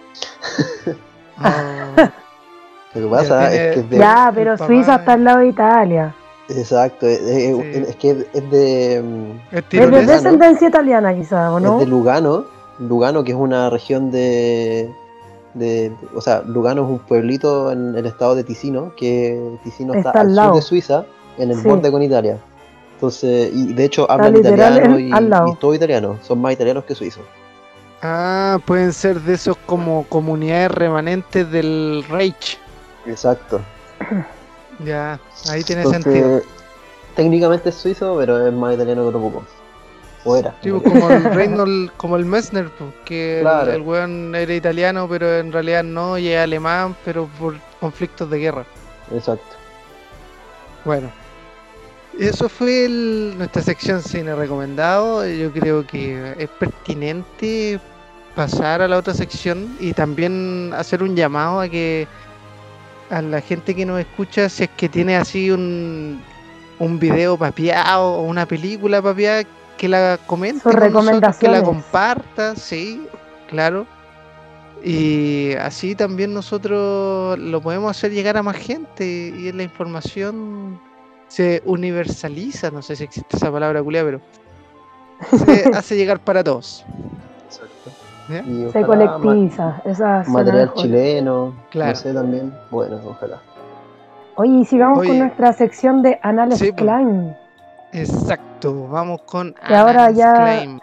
Oh, Lo que pasa tiene- es que es de. Ya, el pero papá- Suiza está al lado de Italia. Exacto, es, es- Sí. es que es de. mm, Es Es de tirolesa. Lugano. descendencia italiana, quizás, ¿o Es no? de Lugano. Lugano, que es una región de. de- de- o sea, Lugano es un pueblito en el estado de Ticino, que Ticino está, Está al al sur lado. de Suiza, en el Sí. borde con Italia. Entonces, y de hecho hablan literal italiano en- y, al lado. y todo italiano, son más italianos que suizos. Ah, pueden ser de esos como comunidades remanentes del Reich. Exacto. Ya, ahí tiene Entonces, sentido. técnicamente es suizo, pero es más italiano que otro poco. O era. Sí, pues, como el Reinhold, como el Messner, pues, que el- Claro. el, weón era italiano, pero en realidad no, y es alemán, pero por conflictos de guerra. Exacto. Bueno, eso fue el- nuestra sección cine recomendado. Yo creo que es pertinente pasar a la otra sección y también hacer un llamado a que a la gente que nos escucha, si es que tiene así un, un video papeado o una película papeada, que la comente Sus con nosotros, que la recomendaciones. comparta, sí, claro. Y así también nosotros lo podemos hacer llegar a más gente y la información se universaliza, no sé si existe esa palabra culia, pero se hace llegar para todos. Exacto. ¿Ya? Y Se ojalá colectiviza. Esa ma- suena material mejor. chileno, Claro. no sé también. Bueno, ojalá. Oye, y sigamos Oye. con nuestra sección de Anales Sí, pues. Klein. Exacto, vamos con Que ahora Analyst ya- Claim.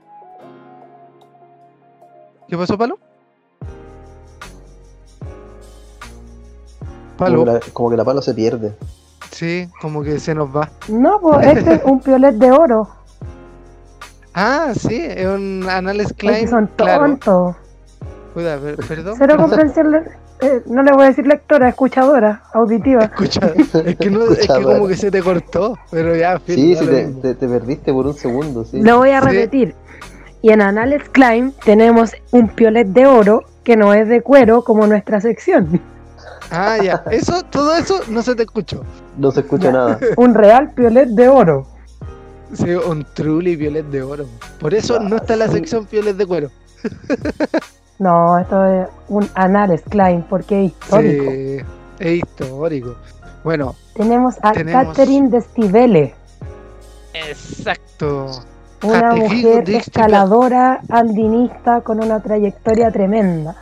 ¿Qué pasó, Palo? Como Palo, que, la, como que la palo se pierde. sí, como que se nos va. No, pues este es un piolet de oro. Ah, sí, es un Analyst Oye, que Claim, son claro. tontos. Cuida, per- perdón. Cero perdón. comprensión. le- eh, no le voy a decir lectora, escuchadora, auditiva. Escucha, es que, no, es que Escuchadora. como que se te cortó, pero ya, filo, Sí, da sí, lo te, mismo. te, te perdiste por un segundo, sí. Lo voy a Sí. repetir. Y en Anales Klein tenemos un piolet de oro que no es de cuero como nuestra sección. Ah, ya, eso, todo eso no se te escuchó. No se escucha Ya. nada. Un real piolet de oro. Sí, un truly violet de oro. Por eso no está la sí. sección violet de cuero. No, esto es un Anales Klein porque es histórico. Sí, es histórico. Bueno, Tenemos a Tenemos- Catherine Destivele, exacto. una Catejigo mujer de escaladora andinista con una trayectoria tremenda.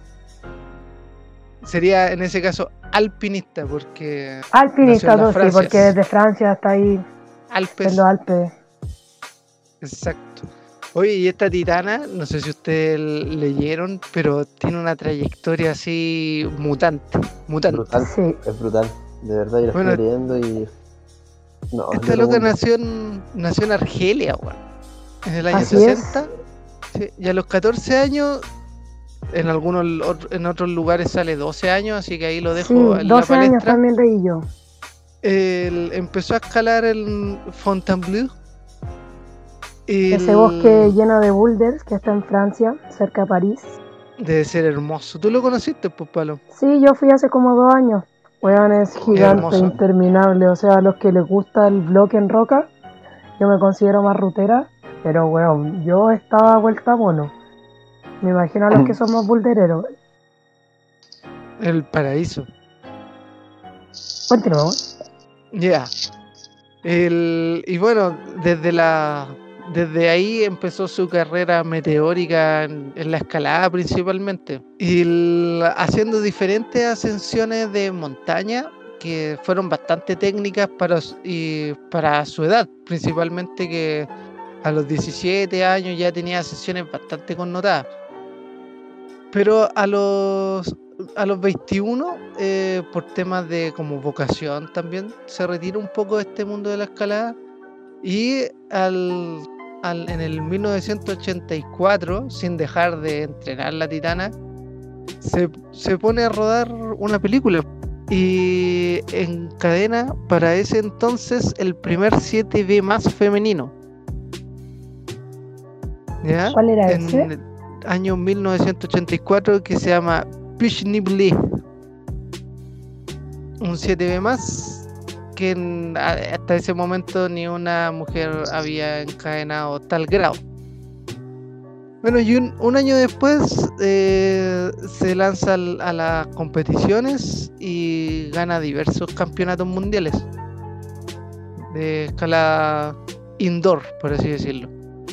Sería en ese caso alpinista, porque Alpinista, Nació en las todo sí, porque Francias. desde Francia hasta ahí Alpes. en los Alpes. Exacto. Oye, y esta titana, no sé si ustedes l- leyeron, pero tiene una trayectoria así mutante. Mutante. Brutal, Sí. es brutal. De verdad, yo la Bueno, estoy leyendo y. No, es Esta de loca otro mundo. nació en, nació en Argelia, weón. En el año Así es. sesenta. Sí, y a los catorce años, en algunos ot- en otros lugares sale doce años, así que ahí lo dejo Sí, en la doce años palestra. también leí yo. Él empezó a escalar el Fontainebleau. El- Ese bosque lleno de boulders que está en Francia, cerca de París. Debe ser hermoso. ¿Tú lo conociste, pues, Palo? Sí, yo fui hace como dos años. Weón, es gigante, hermoso. interminable. O sea, a los que les gusta el bloque en roca, yo me considero más rutera. Pero, weón, yo estaba vuelta a mono. Me imagino a los que son más bouldereros. El paraíso. Continuamos. Ya. El, y bueno, desde la desde ahí empezó su carrera meteórica en, en la escalada principalmente. Y el- haciendo diferentes ascensiones de montaña que fueron bastante técnicas para, su- y para su edad, principalmente que a los diecisiete años ya tenía ascensiones bastante connotadas. Pero a los, a los veintiuno, eh, por temas de como vocación también, se retira un poco de este mundo de la escalada. Y al, al- en el mil novecientos ochenta y cuatro, sin dejar de entrenar la Titana, se, se pone a rodar una película. Y encadena para ese entonces el primer siete B más femenino. ¿Ya? ¿Cuál era En ese? el año mil novecientos ochenta y cuatro, que se llama Pishnibli. Un siete B más que en- a- hasta ese momento ni una mujer había encadenado tal grado. Bueno, y un, un año después eh, se lanza al- a las competiciones y gana diversos campeonatos mundiales de escalada indoor, por así decirlo.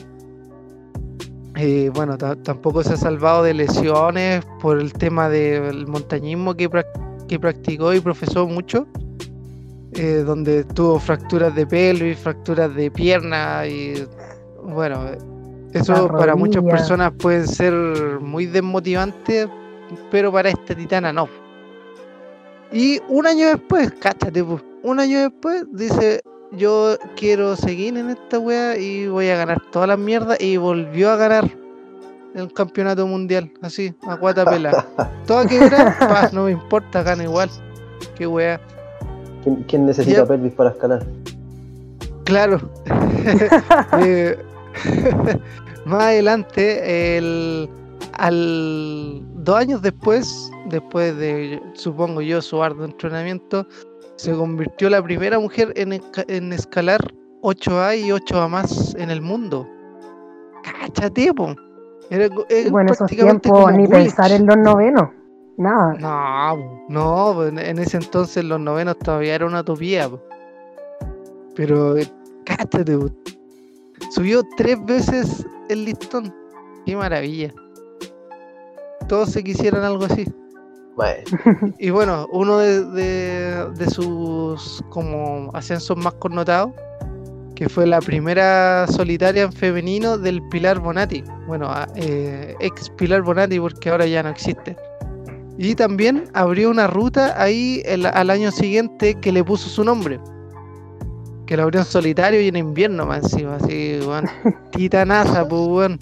Eh, bueno, ta- tampoco se ha salvado de lesiones por el tema del montañismo que, prac- que practicó y profesó mucho, eh, donde tuvo fracturas de pelvis, fracturas de pierna y bueno, eso La para muchas rodilla. personas puede ser muy desmotivante, pero para esta titana no. Y un año después, cáchate, po, un año después dice, yo quiero seguir en esta wea y voy a ganar todas las mierdas, y volvió a ganar el campeonato mundial, así, a guata pela. Toda quebrada, pa, no me importa, gana igual. Qué wea. ¿Quién, quién necesita Yep. pelvis para escalar? Claro. Eh, más adelante, el, al dos años después, después de, supongo yo, su arduo entrenamiento, se convirtió la primera mujer en, esca- en escalar ocho A y ocho A más en el mundo. Cáchate, po. Era, co- Y es bueno, esos prácticamente tiempos como ni pensar Gullich. en los novenos. Nada. No, po, no, po, en, en ese entonces los novenos todavía era una utopía, po. Pero eh, cáchate, po. Subió tres veces el listón. Qué maravilla. Todos se quisieran algo así. Bueno, Y bueno, uno de, de- de sus como ascensos más connotados, que fue la primera solitaria en femenino del Pilar Bonatti. Bueno, a- eh, ex Pilar Bonatti, porque ahora ya no existe. Y también abrió una ruta ahí el- al año siguiente que le puso su nombre. Que lo abrió en solitario y en invierno más encima, así, weón. Titanaza, pues, weón.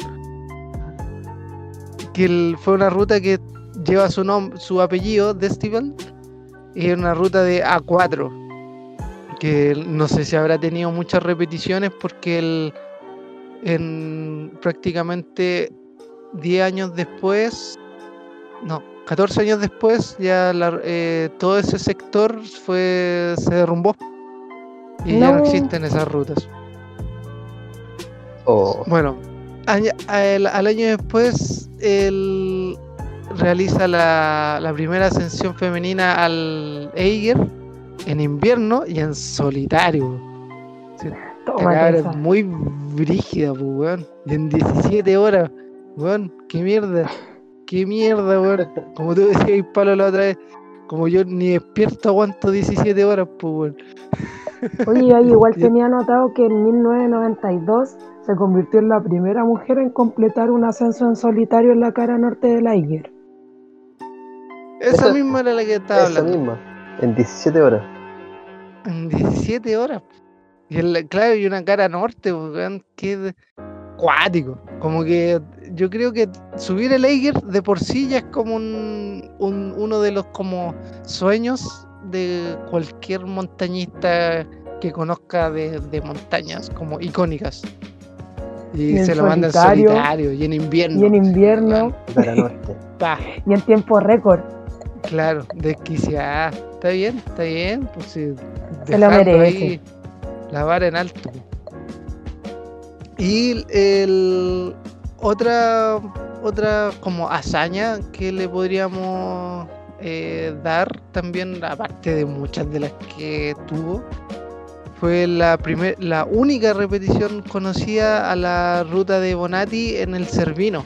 Que el- fue una ruta que lleva su nombre, su apellido, Destival, y es una ruta de A cuatro. Que no sé si habrá tenido muchas repeticiones porque el, en prácticamente diez años después, no, catorce años después, ya la- eh, todo ese sector fue se derrumbó y ya no No. existen esas rutas. oh, Bueno, año- al, al año después, él realiza la, la primera ascensión femenina al Eiger en invierno y en solitario. Sí, la Tómate cabra esa. es muy brígida, pues, weón. Y en diecisiete horas, weón, qué mierda, qué mierda, weón. Como tú decías, Pablo, la otra vez, como yo ni despierto aguanto diecisiete horas, pues, weón. Oye, ahí igual Y- tenía notado que en mil novecientos noventa y dos se convirtió en la primera mujer en completar un ascenso en solitario en la cara norte de la Eiger. Esa Esa- misma era la que estaba esa hablando. misma, en diecisiete horas. En diecisiete horas. Y en la- claro, y una cara norte, pues, weón, que de- cuático. Como que yo creo que subir el Eiger de por sí ya es como un, un- uno de los como sueños de cualquier montañista que conozca de, de montañas como icónicas. Y, Y en se lo manda en solitario, solitario y en invierno. Y en invierno Cara norte. Pa, y en tiempo récord. claro, desquiciada. Está bien, está bien. Pues sí, Se lo dejando merece. ahí la vara en alto. Y el otra otra como hazaña que le podríamos eh, dar también, aparte de muchas de las que tuvo, fue la primer, la única repetición conocida a la ruta de Bonatti en el Cervino.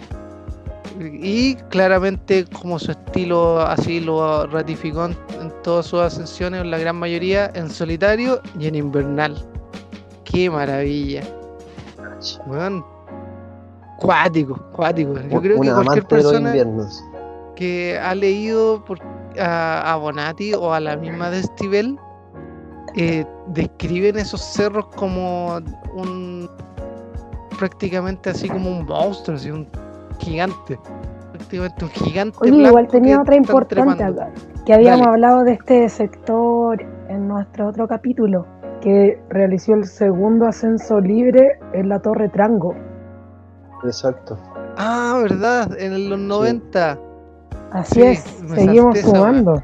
Y claramente, como su estilo así lo ratificó en, en todas sus ascensiones, en la gran mayoría, en solitario y en invernal. ¡Qué maravilla! Bueno, cuático, cuático. Yo creo que Una cualquier amante de los persona inviernos. que ha leído por, a, a Bonatti o a la misma Destivell eh, describen esos cerros como un prácticamente así como un monstruo, así un gigante, prácticamente un gigante. Oye, blanco igual tenía que otra están importante trepando. acá, que habíamos Dale. hablado de este sector en nuestro otro capítulo, que realizó el segundo ascenso libre en la Torre Trango. Exacto. Ah, verdad, en los noventa. Así Sí, es, me seguimos salté esa, sumando.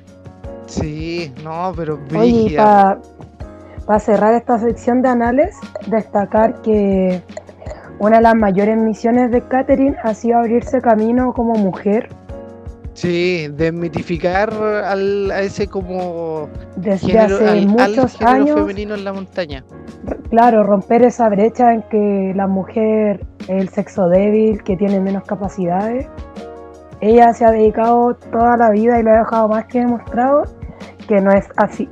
Sí, no, pero Oye, y brígida. para cerrar esta sección de anales, destacar que una de las mayores misiones de Catherine ha sido abrirse camino como mujer Sí, desmitificar al, a ese como desde género, hace al, al muchos género años. femenino en la montaña. R- Claro, romper esa brecha en que la mujer es el sexo débil, que tiene menos capacidades. Ella se ha dedicado toda la vida y lo ha dejado más que demostrado que no es así.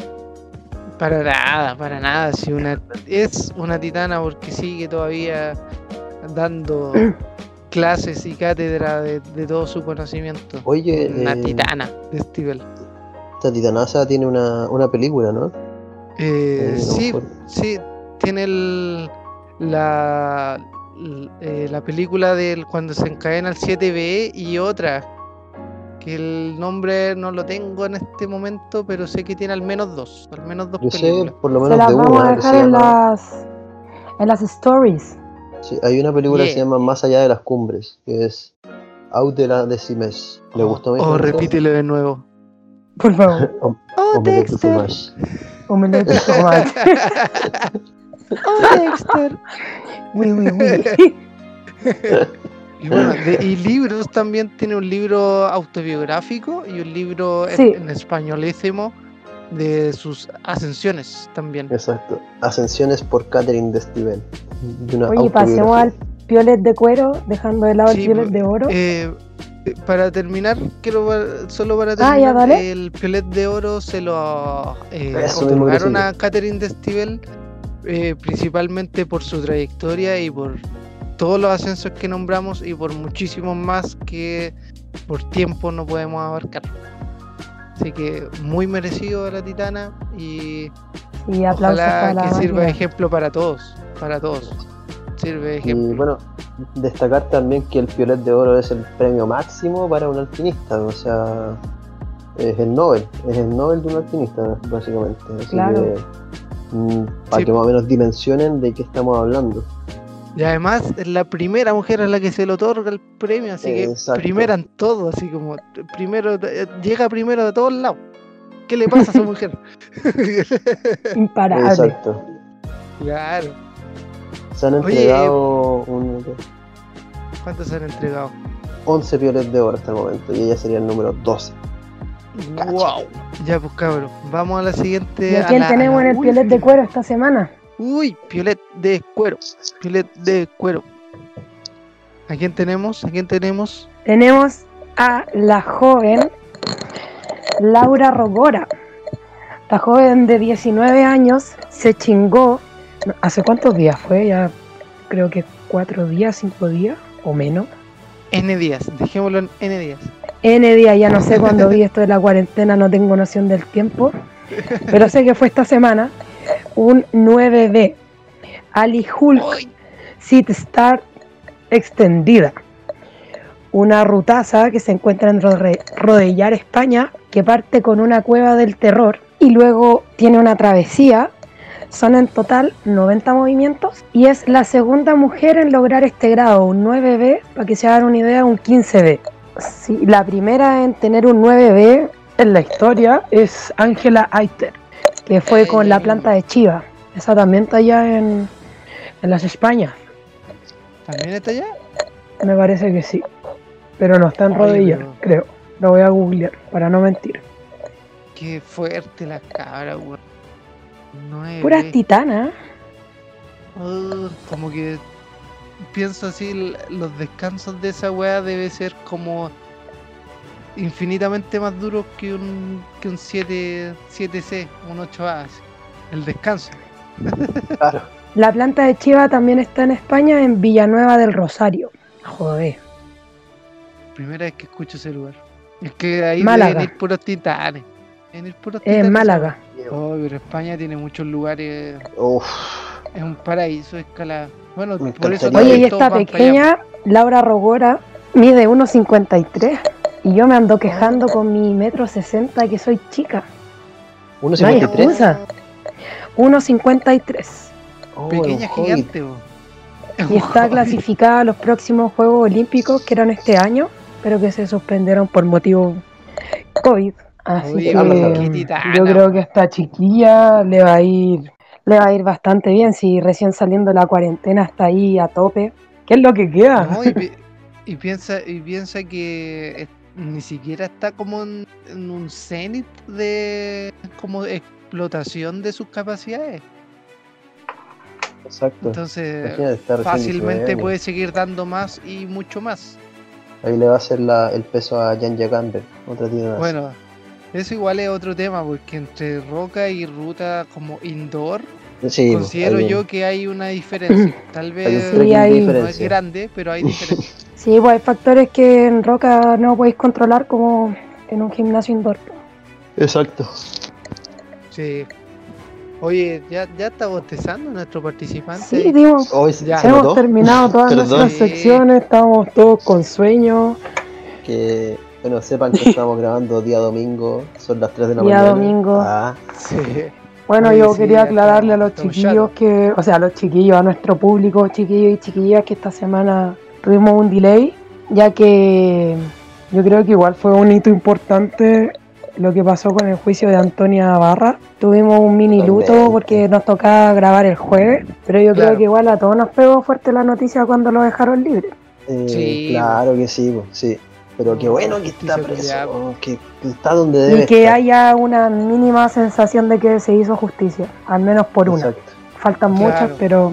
Para nada, para nada. Si una es una titana porque sigue todavía dando clases y cátedra de, de todo su conocimiento. Oye, Una eh, titana de Stivel. esta titanasa tiene una, una película, ¿no? Eh, Eh, a lo sí, mejor. sí, tiene el, la, l- eh, la película de cuando se encadena el siete B y otra, que el nombre no lo tengo en este momento, pero sé que tiene al menos dos, al menos dos Yo sé películas. por lo Se menos las de vamos a una que se dejar en llama. las, en las stories. Sí, hay una película que se Yeah. llama Más allá de las cumbres, que es Out de la Decimes. ¿Le Oh, gustó mi oh, francés? repítelo de nuevo. Por favor. O- Oh, Omelette de Dexter. fromage. Omelette de fromage. Oh, Dexter. Oui, oui, oui. Y bueno, de, y libros también tiene un libro autobiográfico y un libro en, Sí. en españolísimo de sus ascensiones también. Exacto. Ascensiones por Catherine Destivell. De una Oye, pasemos al autobiografía. piolet de cuero, dejando de lado Sí, el piolet de oro. Eh, eh, para terminar, quiero pa- solo para Ah, terminar, ya, dale. el piolet de oro se lo eh, Eso mismo otorgaron quería a Catherine Destivell eh, principalmente por su trayectoria y por todos los ascensos que nombramos y por muchísimos más que por tiempo no podemos abarcar. Así que muy merecido a la titana y Y aplausos ojalá para la que sirva de máquina. ejemplo para todos, para todos. Sirve de Y ejemplo. bueno, destacar también que el piolet de oro es el premio máximo para un alpinista, o sea, es el Nobel, es el Nobel de un alpinista, básicamente. Así Claro. que, mm, para Sí. que más o menos dimensionen de qué estamos hablando. Y además es la primera mujer a la que se le otorga el premio, así que Exacto. primera en todo, así como primero eh, llega primero de todos lados. ¿Qué le pasa a esa mujer? Imparable. Exacto. Claro. Se han Oye, entregado un, ¿Cuántos se han entregado? once piolets de oro hasta el momento y ella sería el número doce. Cacha. Wow. Ya pues cabros, vamos a la siguiente. ¿Y a quién la- tenemos la en el piolet de última. cuero esta semana? Uy, piolet de cuero. Piolet de cuero. ¿A quién tenemos? ¿A quién tenemos? Tenemos a la joven Laura Rogora. La joven de diecinueve años se chingó. ¿Hace cuántos días fue? Ya creo que cuatro días, cinco días o menos. N días, dejémoslo en N días. N días, ya no sé cuándo vi esto de la cuarentena, no tengo noción del tiempo. Pero sé que fue esta semana. Un nueve B. Ali Hulk Uy, City Star extendida. Una rutaza que se encuentra en Rode- Rodellar, España, que parte con una cueva del terror y luego tiene una travesía. Son en total noventa movimientos y es la segunda mujer en lograr este grado, un nueve B, para que se hagan una idea, un quince B. Sí, la primera en tener un nueve B en la historia es Ángela Aiter, que fue con la planta de Chiva. Esa también está allá en, en las Españas, ¿también está allá? me parece que sí. Pero no está en Ay, Rodellar, pero- creo. Lo voy a googlear para no mentir. Qué fuerte la cabra, weón. nueve. Puras titanas. Uh, como que pienso así, l- los descansos de esa weá debe ser como infinitamente más duros que un que un siete C, un ocho A, así. El descanso. Claro. La planta de chiva también está en España, en Villanueva del Rosario. Joder. Primera vez que escucho ese lugar. Es que ahí Málaga. deben ir puros titanes. Deben ir puros En titanes. Málaga. Oh, pero España tiene muchos lugares. Uf, Es un paraíso de escalada. Bueno, Me por eso encantaría Oye, ir. y todos esta van para allá, pequeña, Laura Rogora, mide uno cincuenta y tres. Y yo me ando quejando con mi metro sesenta que soy chica. uno No hay cincuenta y tres. excusa. uno cincuenta y tres. Oh, Pequeña un hobbit. gigante, bo. Y está clasificada a los próximos Juegos Olímpicos que eran este año, pero que se suspendieron por motivo COVID. Así Oye, que pero qué titana, yo creo po. que esta chiquilla le va a ir, le va a ir bastante bien. Si recién saliendo de la cuarentena está ahí a tope. ¿Qué es lo que queda? No, y, pi- y piensa y piensa que es- ni siquiera está como en, en un cenit de como explotación de sus capacidades. Exacto. Entonces, Imagínate, está recién fácilmente diecinueve años. puede seguir dando más y mucho más. Ahí le va a hacer la, el peso a Jan Campbell. Otra tiene más. Bueno, eso igual es otro tema, porque entre roca y ruta como indoor, Sí, considero hay un- yo que hay una diferencia. Tal hay un vez Sí, trekking de hay- no es diferencia. grande, pero hay diferencia. Sí, pues hay factores que en roca no podéis controlar como en un gimnasio indoor. Exacto. Sí. Oye, ya, ya está bostezando nuestro participante. Sí, digo, Hoy Ya. se hemos notó terminado todas Perdón. nuestras Sí. secciones, estamos todos con sueño. que, bueno, sepan que estamos grabando día domingo, son las tres de la Día mañana. domingo. Ah, Sí. Bueno, Oye, yo sí, quería ya aclararle a estamos- los estamos chiquillos chatos. que, o sea, a los chiquillos, a nuestro público, chiquillos y chiquillas, que esta semana tuvimos un delay, ya que yo creo que igual fue un hito importante lo que pasó con el juicio de Antonia Barra. Tuvimos un mini luto Totalmente. porque nos tocaba grabar el jueves, pero yo Claro. creo que igual a todos nos pegó fuerte la noticia cuando lo dejaron libre. eh, Sí, claro que sí, po, sí. Pero qué No, bueno que justicia está preso, culiada. oh, que, que está donde debe Y que estar. haya una mínima sensación de que se hizo justicia, al menos por una. Exacto. Faltan Claro. muchas, pero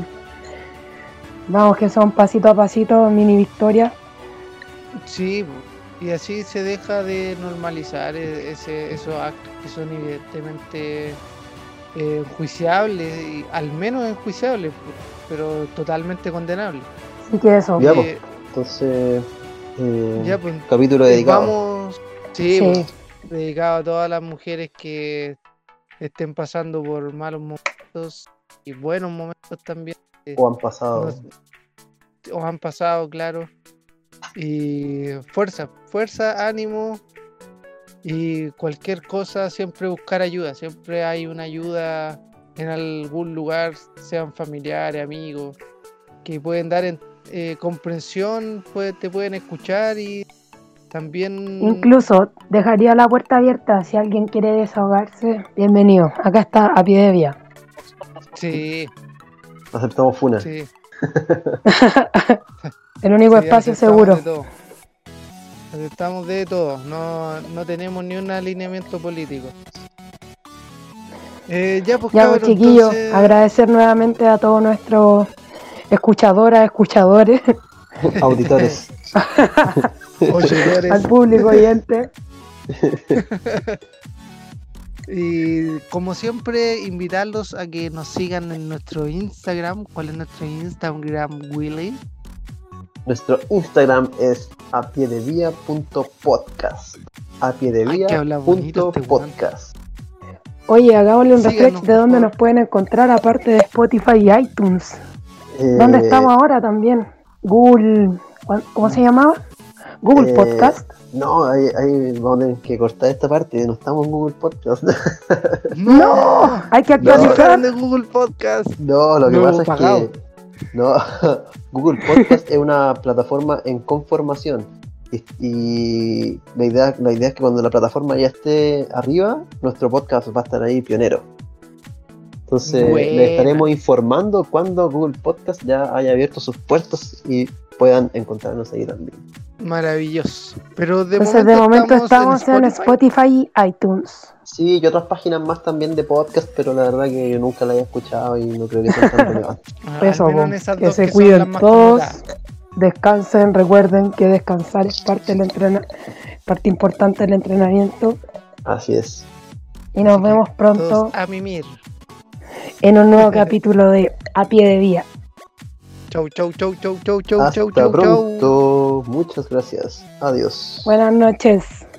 vamos que son pasito a pasito, mini victoria. Sí, y así se deja de normalizar e- ese, esos actos que son evidentemente eh, enjuiciables, y al menos enjuiciables, pero totalmente condenables. Así que eso. Ya, Eh, pues, entonces, eh, ya, pues, capítulo eh, dedicado. vamos, sí, Sí. pues, dedicado a todas las mujeres que estén pasando por malos momentos y buenos momentos también. eh, O han pasado. nos- os han pasado, claro. Y fuerza, fuerza, ánimo. Y cualquier cosa, siempre buscar ayuda. Siempre hay una ayuda en algún lugar, sean familiares, amigos, que pueden dar en- eh, comprensión, puede- te pueden escuchar y también. Incluso dejaría la puerta abierta si alguien quiere desahogarse. Bienvenido. Acá está a pie de vía. Sí, Aceptamos Funa. sí. El único sí, espacio aceptamos seguro. de todo. Aceptamos de todo. No, no tenemos ni un alineamiento político. Eh, ya, pues, Ya, pues, cabros, chiquillos, entonces- agradecer nuevamente a todos nuestros escuchadoras, escuchadores, Auditores. Oyedores. al público oyente. Y como siempre, invitarlos a que nos sigan en nuestro Instagram. ¿Cuál es nuestro Instagram, Willy? Nuestro Instagram es apiedevia.podcast. Ay, que habla bonito este weón. apiedevia.podcast. Oye, hagámosle un Síganos, refresh de por dónde favor. nos pueden encontrar aparte de Spotify y iTunes. Eh, ¿Dónde estamos ahora también? Google, ¿cuán- ¿cómo se llamaba? Google Eh, Podcast. No, ahí, ahí vamos a tener que cortar esta parte. No estamos en Google Podcast. ¡No! Hay que No. actualizar. de Google Podcast. No, lo que Nuevo pasa pagado. es que no, Google Podcast es una plataforma en conformación. Y, y la, idea, la idea es que cuando la plataforma ya esté arriba, nuestro podcast va a estar ahí pionero. Entonces Buena. les estaremos informando cuando Google Podcast ya haya abierto sus puertas y puedan encontrarnos ahí también. Maravilloso. Pero de Entonces, momento, de momento estamos, en, Spotify. Spotify y iTunes. Sí, y otras páginas más también de podcast, pero la verdad que yo nunca la he escuchado y no creo que sea tan relevante. Ah, Eso, al menos po, en esas que dos se que son cuiden las más todos, connotadas. descansen, recuerden que descansar es parte del entrena- parte importante del entrenamiento Así es. y nos Así que vemos pronto todos a mimir. en un nuevo capítulo de A Pie de Vía. Chau, chau, chau, chau, chau, chau, Hasta chau, chau, chau. pronto. Muchas gracias. Adiós. Buenas noches.